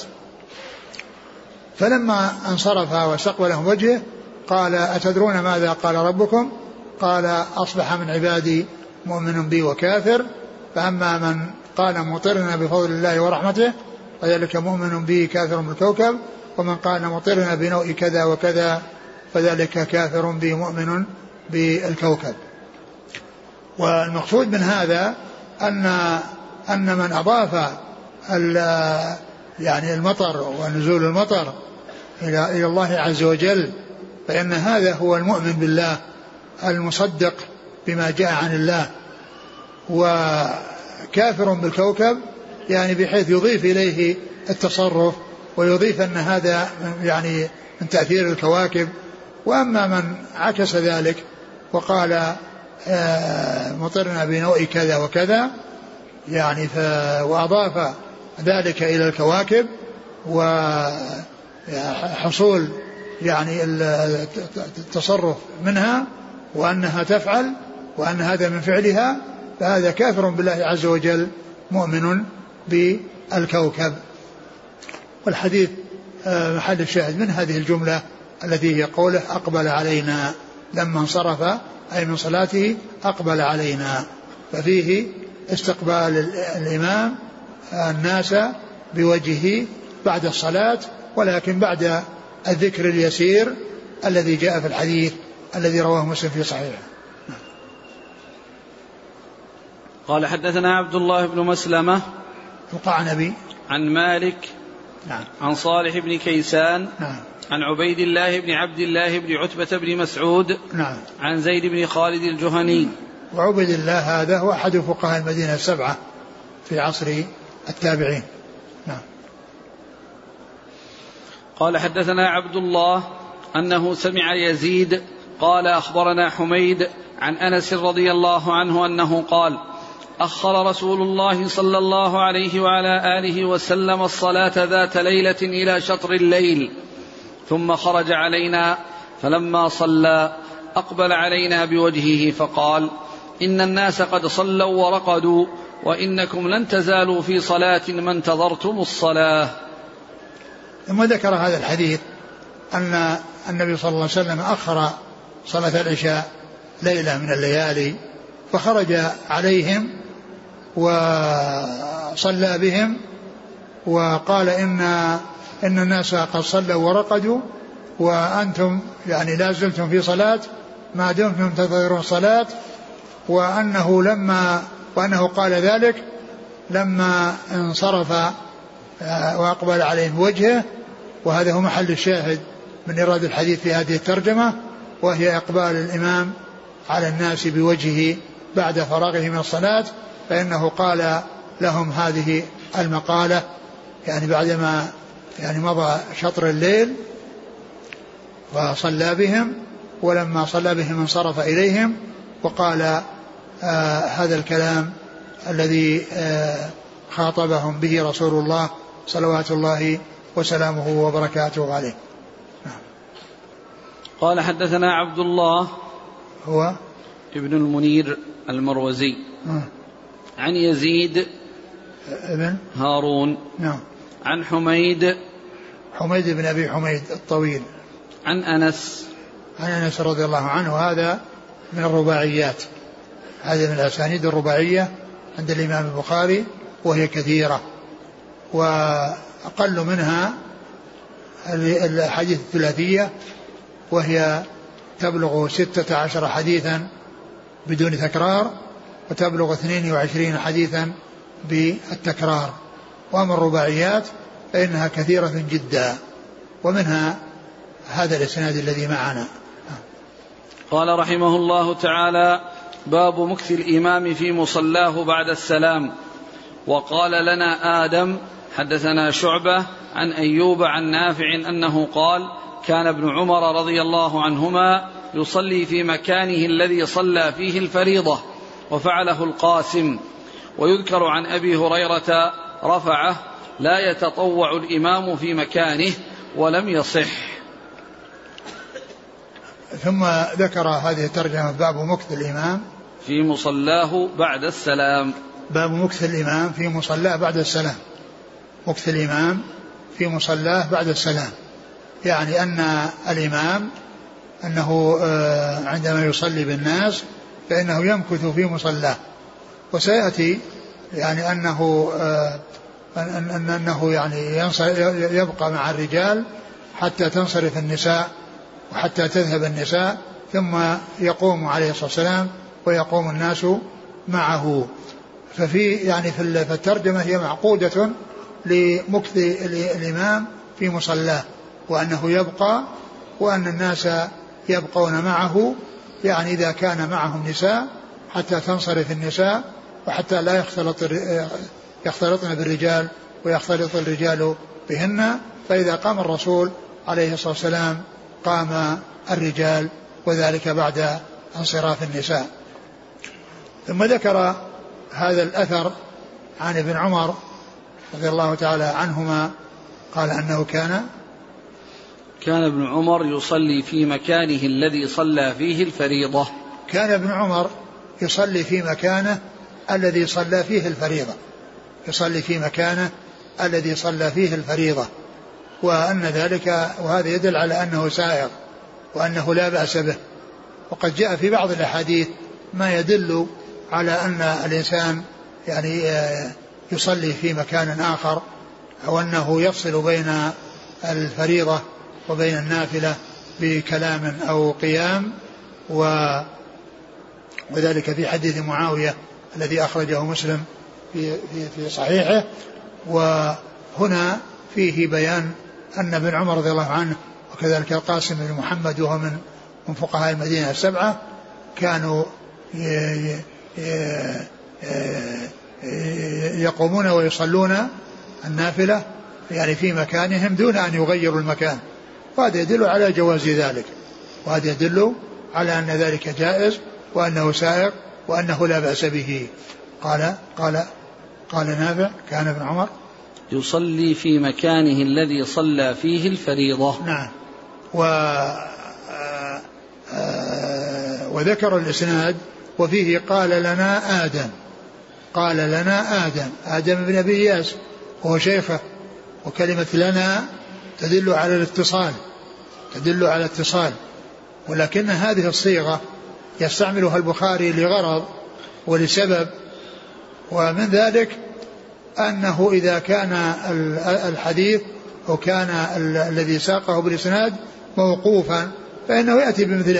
فلما انصرف واستقبلهم وجهه قال: أتدرون ماذا قال ربكم؟ قال: أصبح من عبادي مؤمن بي وكافر، فأما من قال مطرنا بفضل الله ورحمته فذلك مؤمن بي كافر بالكوكب، ومن قال مطرنا بنوء كذا وكذا فذلك كافر بي مؤمن بالكوكب. والمقصود من هذا أن من أضاف يعني المطر ونزول المطر إلى الله عز وجل فإن هذا هو المؤمن بالله المصدق بما جاء عن الله. وكافر بالكوكب يعني بحيث يضيف إليه التصرف ويضيف أن هذا يعني من تأثير الكواكب. وأما من عكس ذلك وقال مطرنا بنوء كذا وكذا يعني وأضاف ذلك إلى الكواكب وحصول يعني التصرف منها وأنها تفعل وأن هذا من فعلها، فهذا كافر بالله عز وجل مؤمن بالكوكب. والحديث محل الشاهد من هذه الجملة التي هي قوله أقبل علينا لما انصرف أي من صلاته أقبل علينا، ففيه استقبال الإمام الناس بوجهه بعد الصلاة، ولكن بعد الذكر اليسير الذي جاء في الحديث الذي رواه مسلم في صحيحه. قال: حدثنا عبد الله بن مسلمة القعنبي عن مالك عن صالح بن كيسان عن عبيد الله بن عبد الله بن عتبة بن مسعود عن زيد بن خالد الجهني. وعبيد الله هذا هو أحد فقهاء المدينة السبعة في عصر التابعين. قال: حدثنا عبد الله أنه سمع يزيد قال: أخبرنا حميد عن أنس رضي الله عنه أنه قال: أخر رسول الله صلى الله عليه وعلى آله وسلم الصلاة ذات ليلة إلى شطر الليل، ثم خرج علينا فلما صلى أقبل علينا بوجهه فقال: إن الناس قد صلوا ورقدوا، وإنكم لن تزالوا في صلاة ما انتظرتم الصلاة. ثم ذكر هذا الحديث أن النبي صلى الله عليه وسلم أخر صلاة العشاء ليلة من الليالي، فخرج عليهم وصلى بهم وقال: إن الناس قد صلوا ورقدوا، وأنتم يعني لا زلتم في صلاة ما دمتم تنتظرون الصلاة. وأنه قال ذلك لما انصرف وأقبل عليهم وجهه. وهذا هو محل الشاهد من إيراد الحديث في هذه الترجمة، وهي إقبال الإمام على الناس بوجهه بعد فراغه من الصلاة، فإنه قال لهم هذه المقالة يعني بعدما يعني مضى شطر الليل وصلى بهم، ولما صلى بهم انصرف إليهم وقال هذا الكلام الذي خاطبهم به رسول الله صلوات الله وسلامه وبركاته عليه. قال: حدثنا عبد الله هو ابن المنير المروزي عن يزيد ابن هارون عن حميد بن أبي حميد الطويل عن أنس رضي الله عنه. هذا من الرباعيات، هذا من الأسانيد الرباعية عند الإمام البخاري، وهي كثيرة، وأقل منها الحديث الثلاثية، وهي تبلغ 16 حديثا بدون تكرار، وتبلغ 22 حديثا بالتكرار. وأما الرباعيات فإنها كثيرة جدا، ومنها هذا الإسناد الذي معنا. قال رحمه الله تعالى: باب مكث الإمام في مصلاه بعد السلام. وقال لنا آدم حدثنا شعبة عن أيوب عن نافع أنه قال كان ابن عمر رضي الله عنهما يصلي في مكانه الذي صلى فيه الفريضة وفعله القاسم. ويذكر عن أبي هريرة رفعه لا يتطوع الإمام في مكانه ولم يصح. ثم ذكر هذه الترجمة باب مكث الإمام في مصلاه بعد السلام. باب مكث الإمام في مصلاه بعد السلام. مكث الإمام في مصلاه بعد السلام يعني أن الإمام أنه عندما يصلي بالناس فإنه يمكث في مصلاه. وسيأتي يعني أنه يعني يبقى مع الرجال حتى تنصرف النساء وحتى تذهب النساء ثم يقوم عليه الصلاة والسلام ويقوم الناس معه. ففي يعني في الترجمة هي معقودة لمكث الإمام في مصلاه وأنه يبقى وأن الناس يبقون معه يعني إذا كان معهم نساء حتى تنصرف النساء وحتى لا يختلطن بالرجال ويختلط الرجال بهن. فإذا قام الرسول عليه الصلاة والسلام قام الرجال وذلك بعد انصراف النساء. ثم ذكر هذا الأثر عن ابن عمر رضي الله تعالى عنهما قال أنه كان ابن عمر يصلي في مكانه الذي صلى فيه الفريضة. كان ابن عمر يصلي في مكانه الذي صلى فيه الفريضة. يصلي في مكانه الذي صلى فيه الفريضة وأن ذلك وهذا يدل على أنه سائغ وأنه لا بأس به. وقد جاء في بعض الأحاديث ما يدل على أن الإنسان يعني يصلي في مكان آخر أو أنه يفصل بين الفريضة وبين النافلة بكلام أو قيام وذلك في حديث معاوية الذي أخرجه مسلم في صحيحه. وهنا فيه بيان أن ابن عمر رضي الله عنه وكذلك القاسم بن محمد وهو من فقهاء المدينة السبعة كانوا يقومون ويصلون النافلة يعني في مكانهم دون أن يغيروا المكان. وهذا يدل على جواز ذلك وهذا يدل على أن ذلك جائز وأنه سائغ وأنه لا بأس به. قال نافع كان ابن عمر يصلي في مكانه الذي صلى فيه الفريضة. نعم. وذكر الإسناد وفيه قال لنا آدم بن أبي إياس وهو شيخه. وكلمة لنا تدل على الاتصال ولكن هذه الصيغة يستعملها البخاري لغرض ولسبب. ومن ذلك أنه إذا كان الحديث أو كان الذي ساقه بالإسناد موقوفا فإنه يأتي بمثل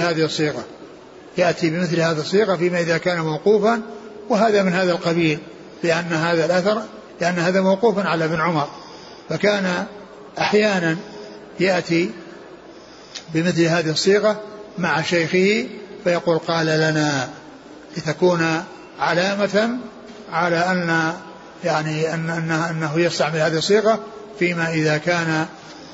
هذه الصيغة فيما إذا كان موقوفا وهذا من هذا القبيل لأن هذا موقوفا على ابن عمر. فكان أحيانا يأتي بمثل هذه الصيغة مع شيخه فيقول قال لنا لتكون علامة على أن يعني أنه يستعمل هذه الصيغة فيما إذا كان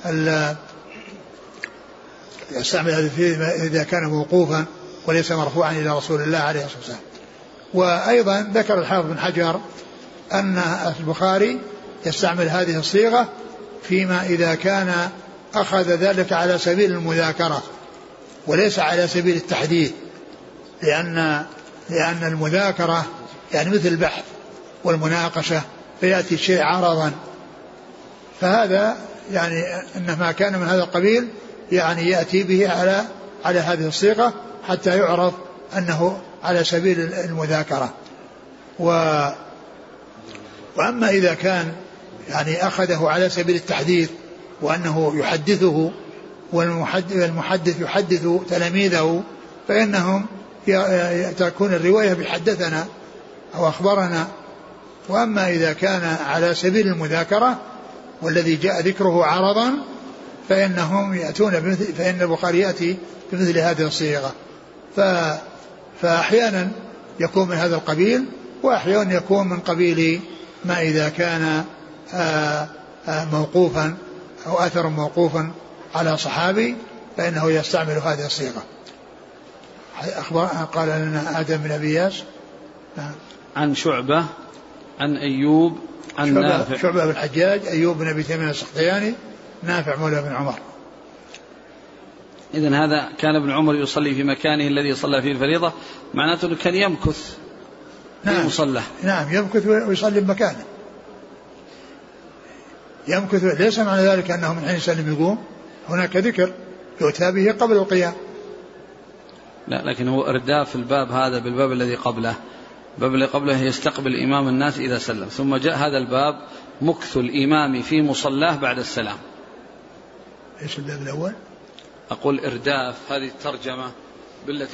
يستعمل هذه إذا كان موقوفا وليس مرفوعا إلى رسول الله عليه الصلاة والسلام. وأيضا ذكر الحافظ بن حجر أن البخاري يستعمل هذه الصيغة فيما إذا كان أخذ ذلك على سبيل المذاكرة وليس على سبيل التحديث لأن المذاكرة يعني مثل البحث والمناقشة فيأتي الشيء عرضا. فهذا يعني إنما كان من هذا القبيل يعني يأتي به على هذه الصيغة حتى يعرف أنه على سبيل المذاكرة. وأما إذا كان يعني أخذه على سبيل التحديث وأنه يحدثه والمحدث يحدث تلاميذه فإنهم تكون الرواية بحدثنا أو أخبرنا. وأما إذا كان على سبيل المذاكرة والذي جاء ذكره عرضا فإنهم يأتون فإن البخاري يأتي بمثل هذه الصيغة. فأحيانا يكون من هذا القبيل، وأحيانا يكون من قبيل ما إذا كان موقوفا أو أثر موقوفا على صحابي فإنه يستعمل هذه الصيغة. قال لنا آدم بن أبي إياس عن شعبة عن أيوب عن نافع. شعبة بن الحجاج، أيوب بن أبي تميم السختياني، نافع مولى بن عمر. إذن هذا كان ابن عمر يصلي في مكانه الذي صلى فيه الفريضة، معناته أنه كان يمكث في مصلى. نعم يمكث ويصلي بمكانه، يمكث. ليس معنى ذلك أنه من حين يسلم يقوم، هناك ذكر يؤتى به قبل القيام. لا، لكن هو إرداف الباب هذا بالباب الذي قبله. الباب الذي قبله يستقبل إمام الناس إذا سلم، ثم جاء هذا الباب مكث الإمام في مصلاه بعد السلام. إيش الباب الأول؟ أقول إرداف هذه الترجمة بالتي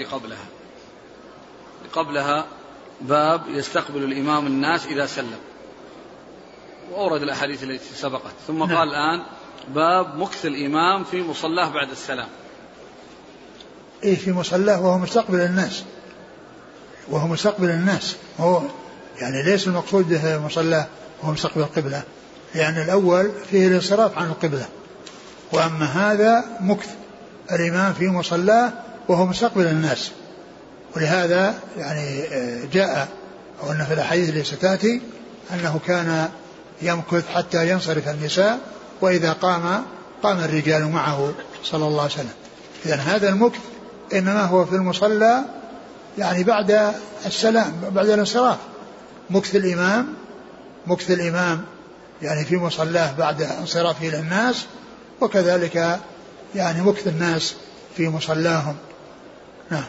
قبلها باب يستقبل الإمام الناس إذا سلم، وأورد الأحاديث التي سبقت، ثم قال الآن باب مكث الإمام في مصلاه بعد السلام. إيه في مصلاه وهو مستقبل الناس، وهو مستقبل الناس، هو يعني ليس المقصود مصلاه وهو مستقبل القبلة، لأن الأول فيه الانصراف عن القبلة، وأما هذا مكث الإمام في مصلاه وهو مستقبل الناس. ولهذا يعني جاء أو أن في الأحاديث التي ستأتي أنه كان يمكث حتى ينصرف النساء، وإذا قام الرجال معه صلى الله عليه وسلم. إذن هذا المكث إنما هو في المصلى يعني بعد السلام، بعد الانصراف. مكث الإمام يعني في مصلاه بعد انصرافه إلى الناس، وكذلك يعني مكث الناس في مصلاهم. نعم.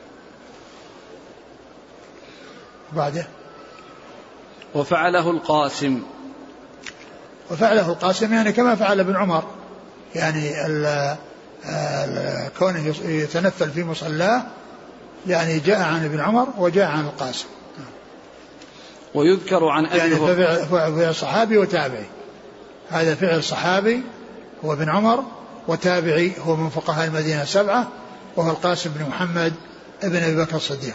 بعده وفعله القاسم يعني كما فعل ابن عمر، يعني كونه يتنفل في مصلاه يعني جاء عن ابن عمر وجاء عن القاسم. ويذكر عن أبي يعني فعل صحابي وتابعي، هذا فعل صحابي هو ابن عمر، وتابعي هو من فقهاء المدينة 7 وهو القاسم بن محمد ابن أبي بكر الصديق.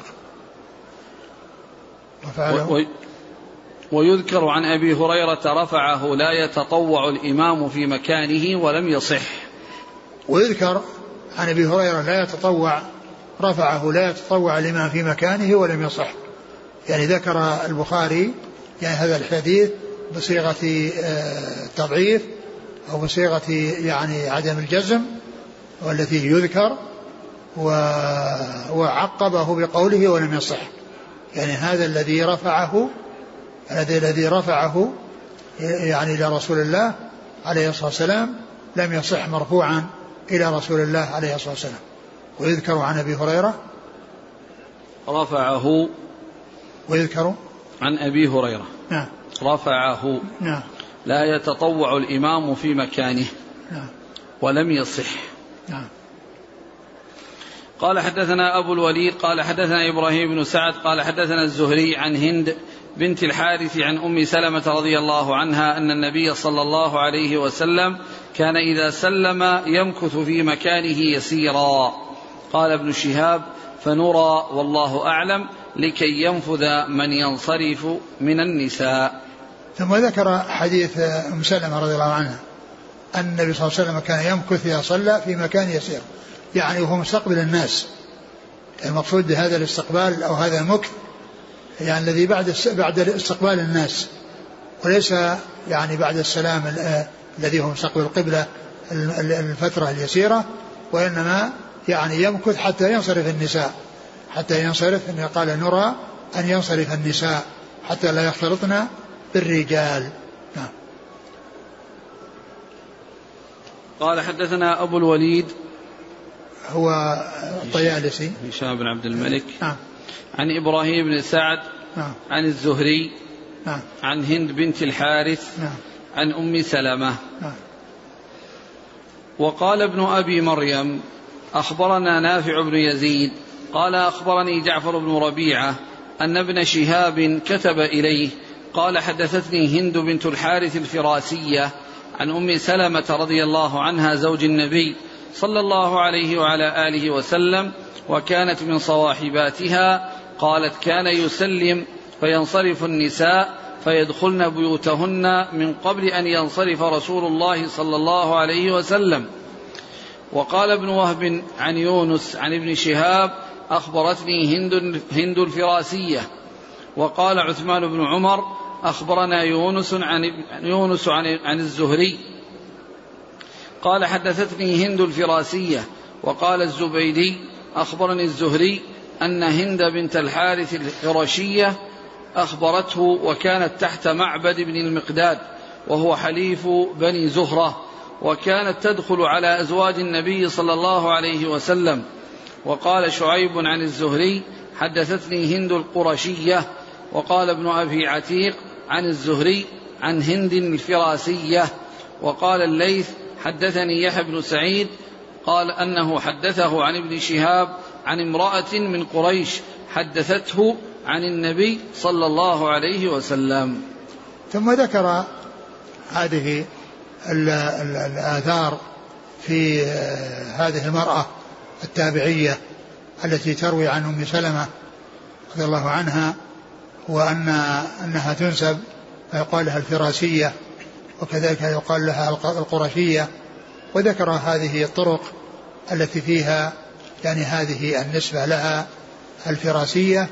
ويذكر عن أبي هريرة رفعه لا يتطوع الإمام في مكانه ولم يصح. ويذكر عن أبي هريرة لا يتطوع، رفعه لا يتطوع الإمام في مكانه ولم يصح. يعني ذكر البخاري يعني هذا الحديث بصيغة تضعيف أو بصيغة يعني عدم الجزم والتي يذكر، وعقبه بقوله ولم يصح. يعني هذا الذي رفعه يعني إلى رسول الله عليه الصلاة والسلام لم يصح مرفوعا إلى رسول الله عليه الصلاة والسلام. ويذكر عن أبي هريرة رفعه، ويذكر عن أبي هريرة نعم رفعه نعم لا يتطوع الإمام في مكانه نعم ولم يصح. نعم. قال حدثنا أبو الوليد قال حدثنا إبراهيم بن سعد قال حدثنا الزهري عن هند بنت الحارث عن أم سلمة رضي الله عنها أن النبي صلى الله عليه وسلم كان إذا سلم يمكث في مكانه يسيرا. قال ابن شهاب فنرى والله أعلم لكي ينفذ من ينصرف من النساء. ثم ذكر حديث أم سلمة رضي الله عنها أن النبي صلى الله عليه وسلم كان يمكث إذا صلى في مكان يسير، يعني وهو مستقبل الناس. المقصود بهذا الاستقبال أو هذا المكث يعني الذي بعد استقبال الناس، وليس يعني بعد السلام الذي هو مستقبل القبلة الفترة اليسيرة، وإنما يعني يمكث حتى ينصرف النساء، حتى ينصرف. إن قال نرى أن ينصرف النساء حتى لا يختلطن بالرجال. نعم. قال حدثنا أبو الوليد هو الطيالسي هشام بن عبد الملك نعم. عن إبراهيم بن سعد نعم. عن الزهري نعم. عن هند بنت الحارث نعم. عن أم سلمة. نعم. وقال ابن أبي مريم أخبرنا نافع بن يزيد قال أخبرني جعفر بن ربيعة أن ابن شهاب كتب إليه قال حدثتني هند بنت الحارث الفراسية عن أم سلمة رضي الله عنها زوج النبي صلى الله عليه وعلى آله وسلم، وكانت من صواحباتها. قالت: كان يسلم فينصرف النساء فيدخلن بيوتهن من قبل أن ينصرف رسول الله صلى الله عليه وسلم. وقال ابن وهب عن يونس عن ابن شهاب: أخبرتني هند الفراسية. وقال عثمان بن عمر: أخبرنا يونس عن الزهري قال: حدثتني هند الفراسية. وقال الزبيدي: أخبرني الزهري أن هند بنت الحارث القرشية أخبرته، وكانت تحت معبد بن المقداد وهو حليف بني زهرة، وكانت تدخل على أزواج النبي صلى الله عليه وسلم. وقال شعيب عن الزهري: حدثتني هند القرشية. وقال ابن أبي عتيق عن الزهري عن هند الفراسية. وقال الليث: حدثني يحيى بن سعيد قال أنه حدثه عن ابن شهاب عن امرأة من قريش حدثته عن النبي صلى الله عليه وسلم. ثم ذكر هذه الآثار في هذه المرأة التابعية التي تروي عن أم سلمة رضي الله عنها، وأنها تنسب فيقال لها الفراسية، وكذلك يقال لها القرشية. وذكر هذه الطرق التي فيها يعني هذه النسبة لها الفراسية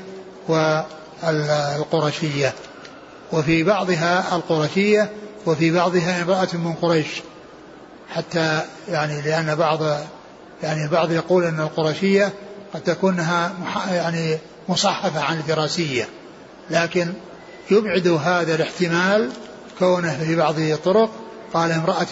والقرشية، وفي بعضها القرشية وفي بعضها امرأة من قريش، حتى يعني لأن البعض يقول أن القرشية قد تكونها يعني مصحفة عن الفراسية، لكن يبعد هذا الاحتمال كونه في بعض الطرق قال امرأة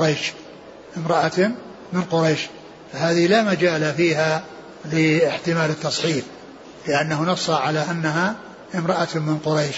من قريش، فهذه لا مجال فيها لاحتمال التصحيف، لأنه نص على أنها امرأة من قريش.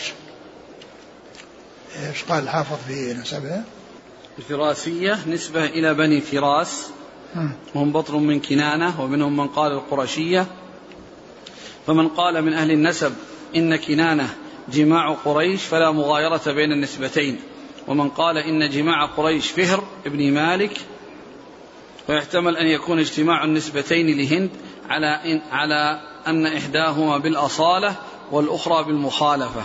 ايش قال الحافظ في نسبها؟ الفراسية نسبة إلى بني فراس، وهم بطن من كنانة، ومنهم من قال القرشية. فمن قال من أهل النسب إن كنانة جماع قريش فلا مغايرة بين النسبتين، ومن قال إن جماع قريش فهر ابن مالك، ويحتمل أن يكون اجتماع النسبتين لهند على أن إحداهما بالأصالة والأخرى بالمخالفة.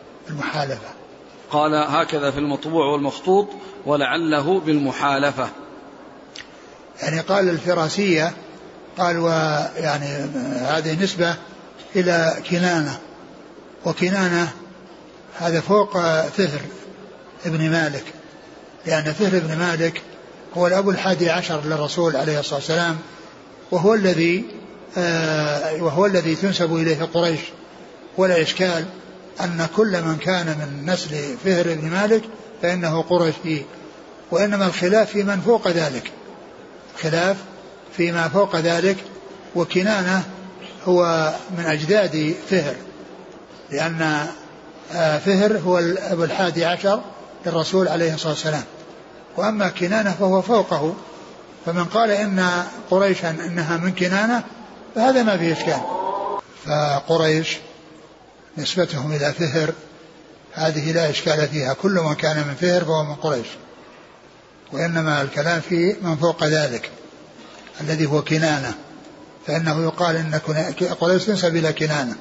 قال هكذا في المطبوع والمخطوط، ولعله بالمحالفة. يعني قال الفراسية، قال ويعني هذه نسبة إلى كنانة، وكنانة هذا فوق فهر ابن مالك، لأن فهر ابن مالك هو الأب 11 للرسول عليه الصلاة والسلام، وهو الذي تنسب إليه قريش. ولا إشكال أن كل من كان من نسل فهر ابن مالك فإنه قرشي، وإنما الخلاف في من فوق ذلك، خلاف فيما فوق ذلك. وكنانة هو من أجداد فهر، لأن فهر هو الأب 11 للرسول عليه الصلاة والسلام، وأما كنانة فهو فوقه. فمن قال إن قريشا إنها من كنانة فهذا ما فيه إشكال. فقريش نسبتهم إلى فهر هذه لا إشكال فيها، كل من كان من فهر فهو من قريش، وإنما الكلام في من فوق ذلك الذي هو كنانة، فإنه يقال إن قريش تنسب إلى كنانة،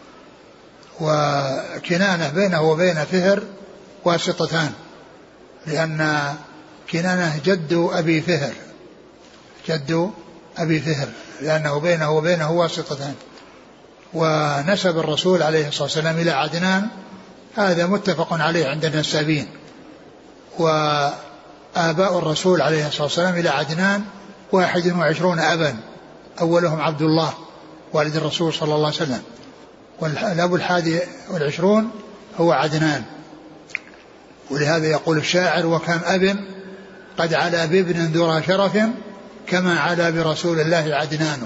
وكنانة بينه وبين فهر واسطتان، لأن كنانة جد أبي فهر لأنه بينه وبينه واسطتان. ونسب الرسول عليه الصلاة والسلام إلى عدنان هذا متفق عليه عند النسابين. وآباء الرسول عليه الصلاة والسلام إلى عدنان 21 أبا، أولهم عبد الله والد الرسول صلى الله عليه وسلم، والأب 21 هو عدنان. ولهذا يقول الشاعر: وكم أب قد علا بابن ذرى شرف كما علا برسول الله عدنان.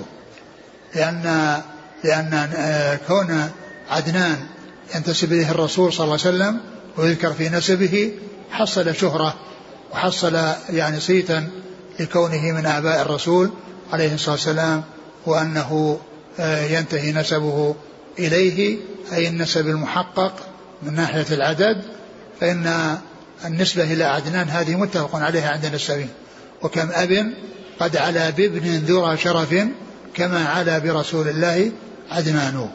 لأن كون عدنان ينتسب إليه الرسول صلى الله عليه وسلم ويذكر في نسبه حصل شهرة، وحصل يعني صيتا لكونه من آباء الرسول عليه الصلاة والسلام، وأنه ينتهي نسبه إليه، أي النسب المحقق من ناحية العدد. فإن النسبة إلى عدنان هذه متفق عليها عند النسابين. وكم أب قد علا بابن ذرى شرف كما علا برسول الله عدنان.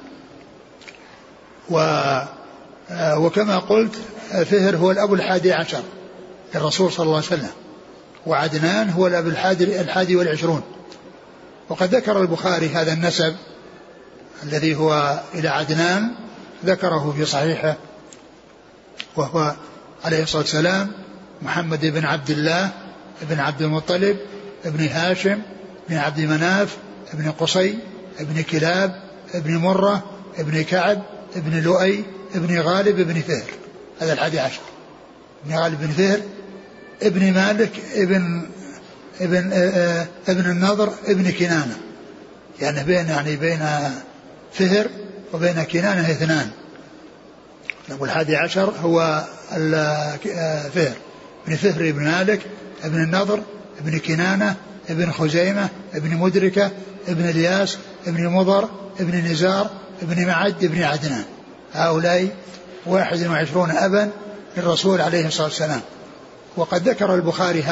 وكما قلت فهر هو الأب 11 للرسول صلى الله عليه وسلم، وعدنان هو الأب 21. وقد ذكر البخاري هذا النسب الذي هو إلى عدنان، ذكره في صحيحه، وهو عليه الصلاة والسلام محمد بن عبد الله بن عبد المطلب ابن هاشم بن عبد مناف ابن قصي ابن كلاب ابن مرة ابن كعب ابن لؤي ابن غالب ابن فهر. هذا 11 ابن غالب بن فهر ابن مالك ابن النضر ابن كنانة، يعني بين فهر وبين كنانة 2. وال11 هو فهر ابن فهر ابن مالك ابن النضر ابن كنانة ابن خزيمة ابن مدركة ابن الياس ابن مضر ابن نزار ابن معد ابن عدنان. هؤلاء 21 أبا للرسول عليه الصلاة والسلام. وقد ذكر البخاري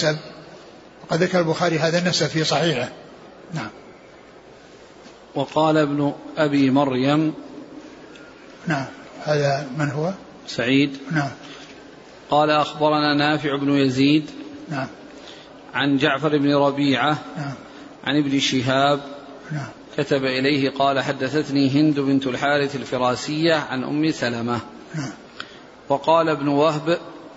هذا النسب في صحيحه. نعم. وقال ابن أبي مريم. نعم. هذا من هو؟ سعيد. نعم. قال أخبرنا نافع بن يزيد. نعم. عن جعفر بن ربيعة. نعم. عن ابن شهاب. نعم. كتب إليه قال حدثتني هند بنت الحارث الفراسية عن أم سلمة. نعم. وقال ابن وهب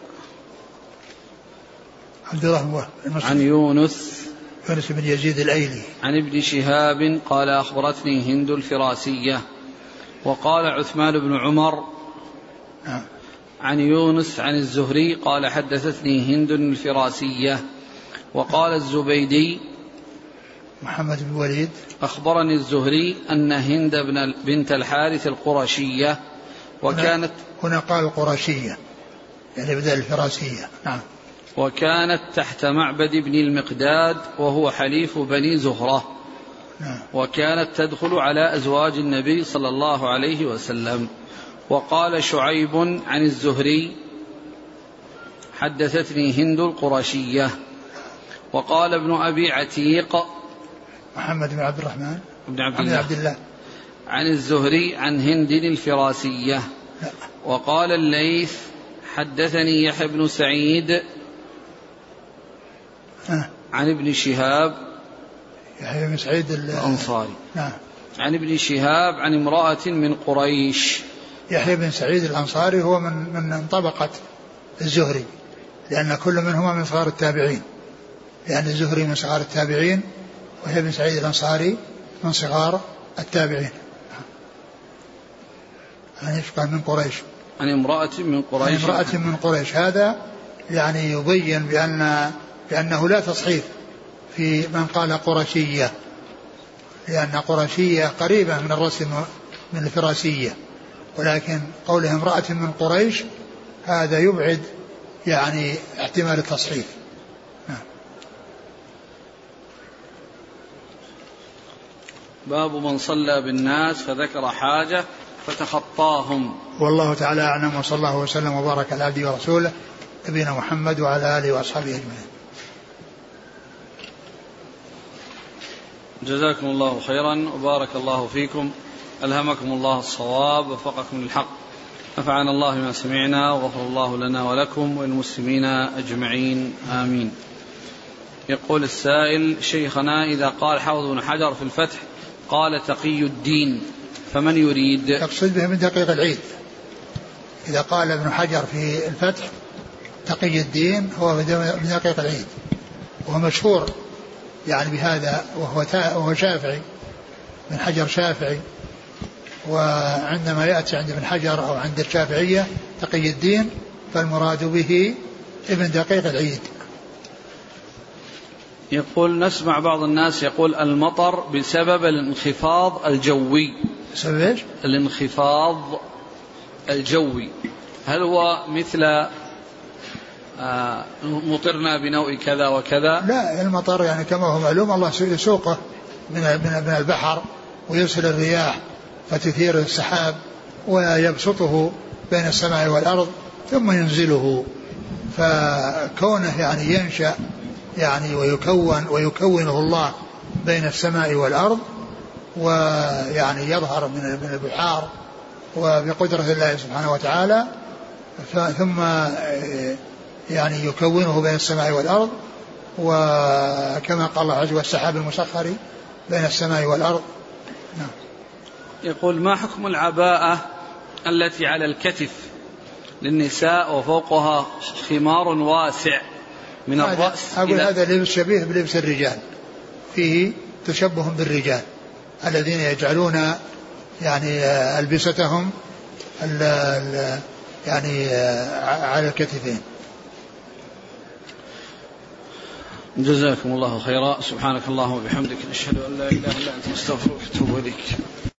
عبد الله بن وهب عن يونس بن يزيد الأيلي عن ابن شهاب قال أخبرتني هند الفراسية. وقال عثمان بن عمر نعم. عن يونس عن الزهري قال حدثتني هند الفراسية. وقال الزبيدي محمد بن وليد أخبرني الزهري أن هند بنت الحارث القرشية وكانت هنا قال القرشية يعني بدل الفراسية. نعم. وكانت تحت معبد بن المقداد وهو حليف بني زهرة. نعم. وكانت تدخل على أزواج النبي صلى الله عليه وسلم. وقال شعيب عن الزهري حدثتني هند القرشية. وقال ابن أبي عتيق محمد بن عبد الرحمن بن عبد الله عن الزهري عن هند الفراسية. لا. وقال الليث حدثني يحيى بن سعيد عن ابن شهاب يحيى بن سعيد الأنصاري. نعم. عن ابن شهاب عن امرأة من قريش. يحيى بن سعيد الأنصاري هو من طبقة الزهري، لأن كل منهما من صغار التابعين، لأن الزهري من صغار التابعين ويحيى بن سعيد الأنصاري من صغار التابعين. يعني يفقه من قريش عن امرأة من قريش. هذا يعني يبين بأنه لا تصحيف في من قال قرشية، لأن قرشية قريبة من الرسم من الفراسية، ولكن قوله امرأة من قريش هذا يبعد يعني احتمال التصحيف. باب من صلى بالناس فذكر حاجة فتخطاهم. والله تعالى أعلم، وصلى الله وسلم وبارك على عبده ورسوله نبينا محمد وعلى آله وأصحابه أجمعين. جزاكم الله خيرا وبارك الله فيكم، ألهمكم الله الصواب ووفقكم للحق، نفعنا الله بما سمعنا وغفر الله لنا ولكم وللمسلمين أجمعين آمين. يقول السائل: شيخنا إذا قال حافظ بن حجر في الفتح قال تقي الدين فمن يريد؟ يقصد به من دقيق العيد. إذا قال ابن حجر في الفتح تقي الدين هو من دقيق العيد، وهو مشهور يعني بهذا، وهو شافعي، ابن حجر شافعي، وعندما يأتي عند ابن حجر أو عند الشافعية تقي الدين فالمراد به ابن دقيق العيد. يقول: نسمع بعض الناس يقول المطر بسبب الانخفاض الجوي. بسبب ايش؟ الانخفاض الجوي، هل هو مثل مطرنا بنوء كذا وكذا؟ لا، المطر يعني كما هو معلوم الله يسوقه من البحر ويرسل الرياح فتثير السحاب ويبسطه بين السماء والأرض ثم ينزله، فكونه يعني ينشأ يعني ويكونه الله بين السماء والأرض، ويعني يظهر من البحار وبقدرة الله سبحانه وتعالى، ثم يعني يكونه بين السماء والأرض، وكما قال الله عز وجل والسحاب المسخر بين السماء والأرض. نعم. يقول: ما حكم العباءة التي على الكتف للنساء وفوقها خمار واسع من الرأس؟ أقول هذا لبس شبيه بلبس الرجال، فيه تشبه بالرجال الذين يجعلون يعني ألبستهم يعني على الكتفين. جزاكم الله خيرا. سبحانك اللهم وبحمدك، نشهد أن لا إله إلا أنت، نستغفرك ونتوب إليك.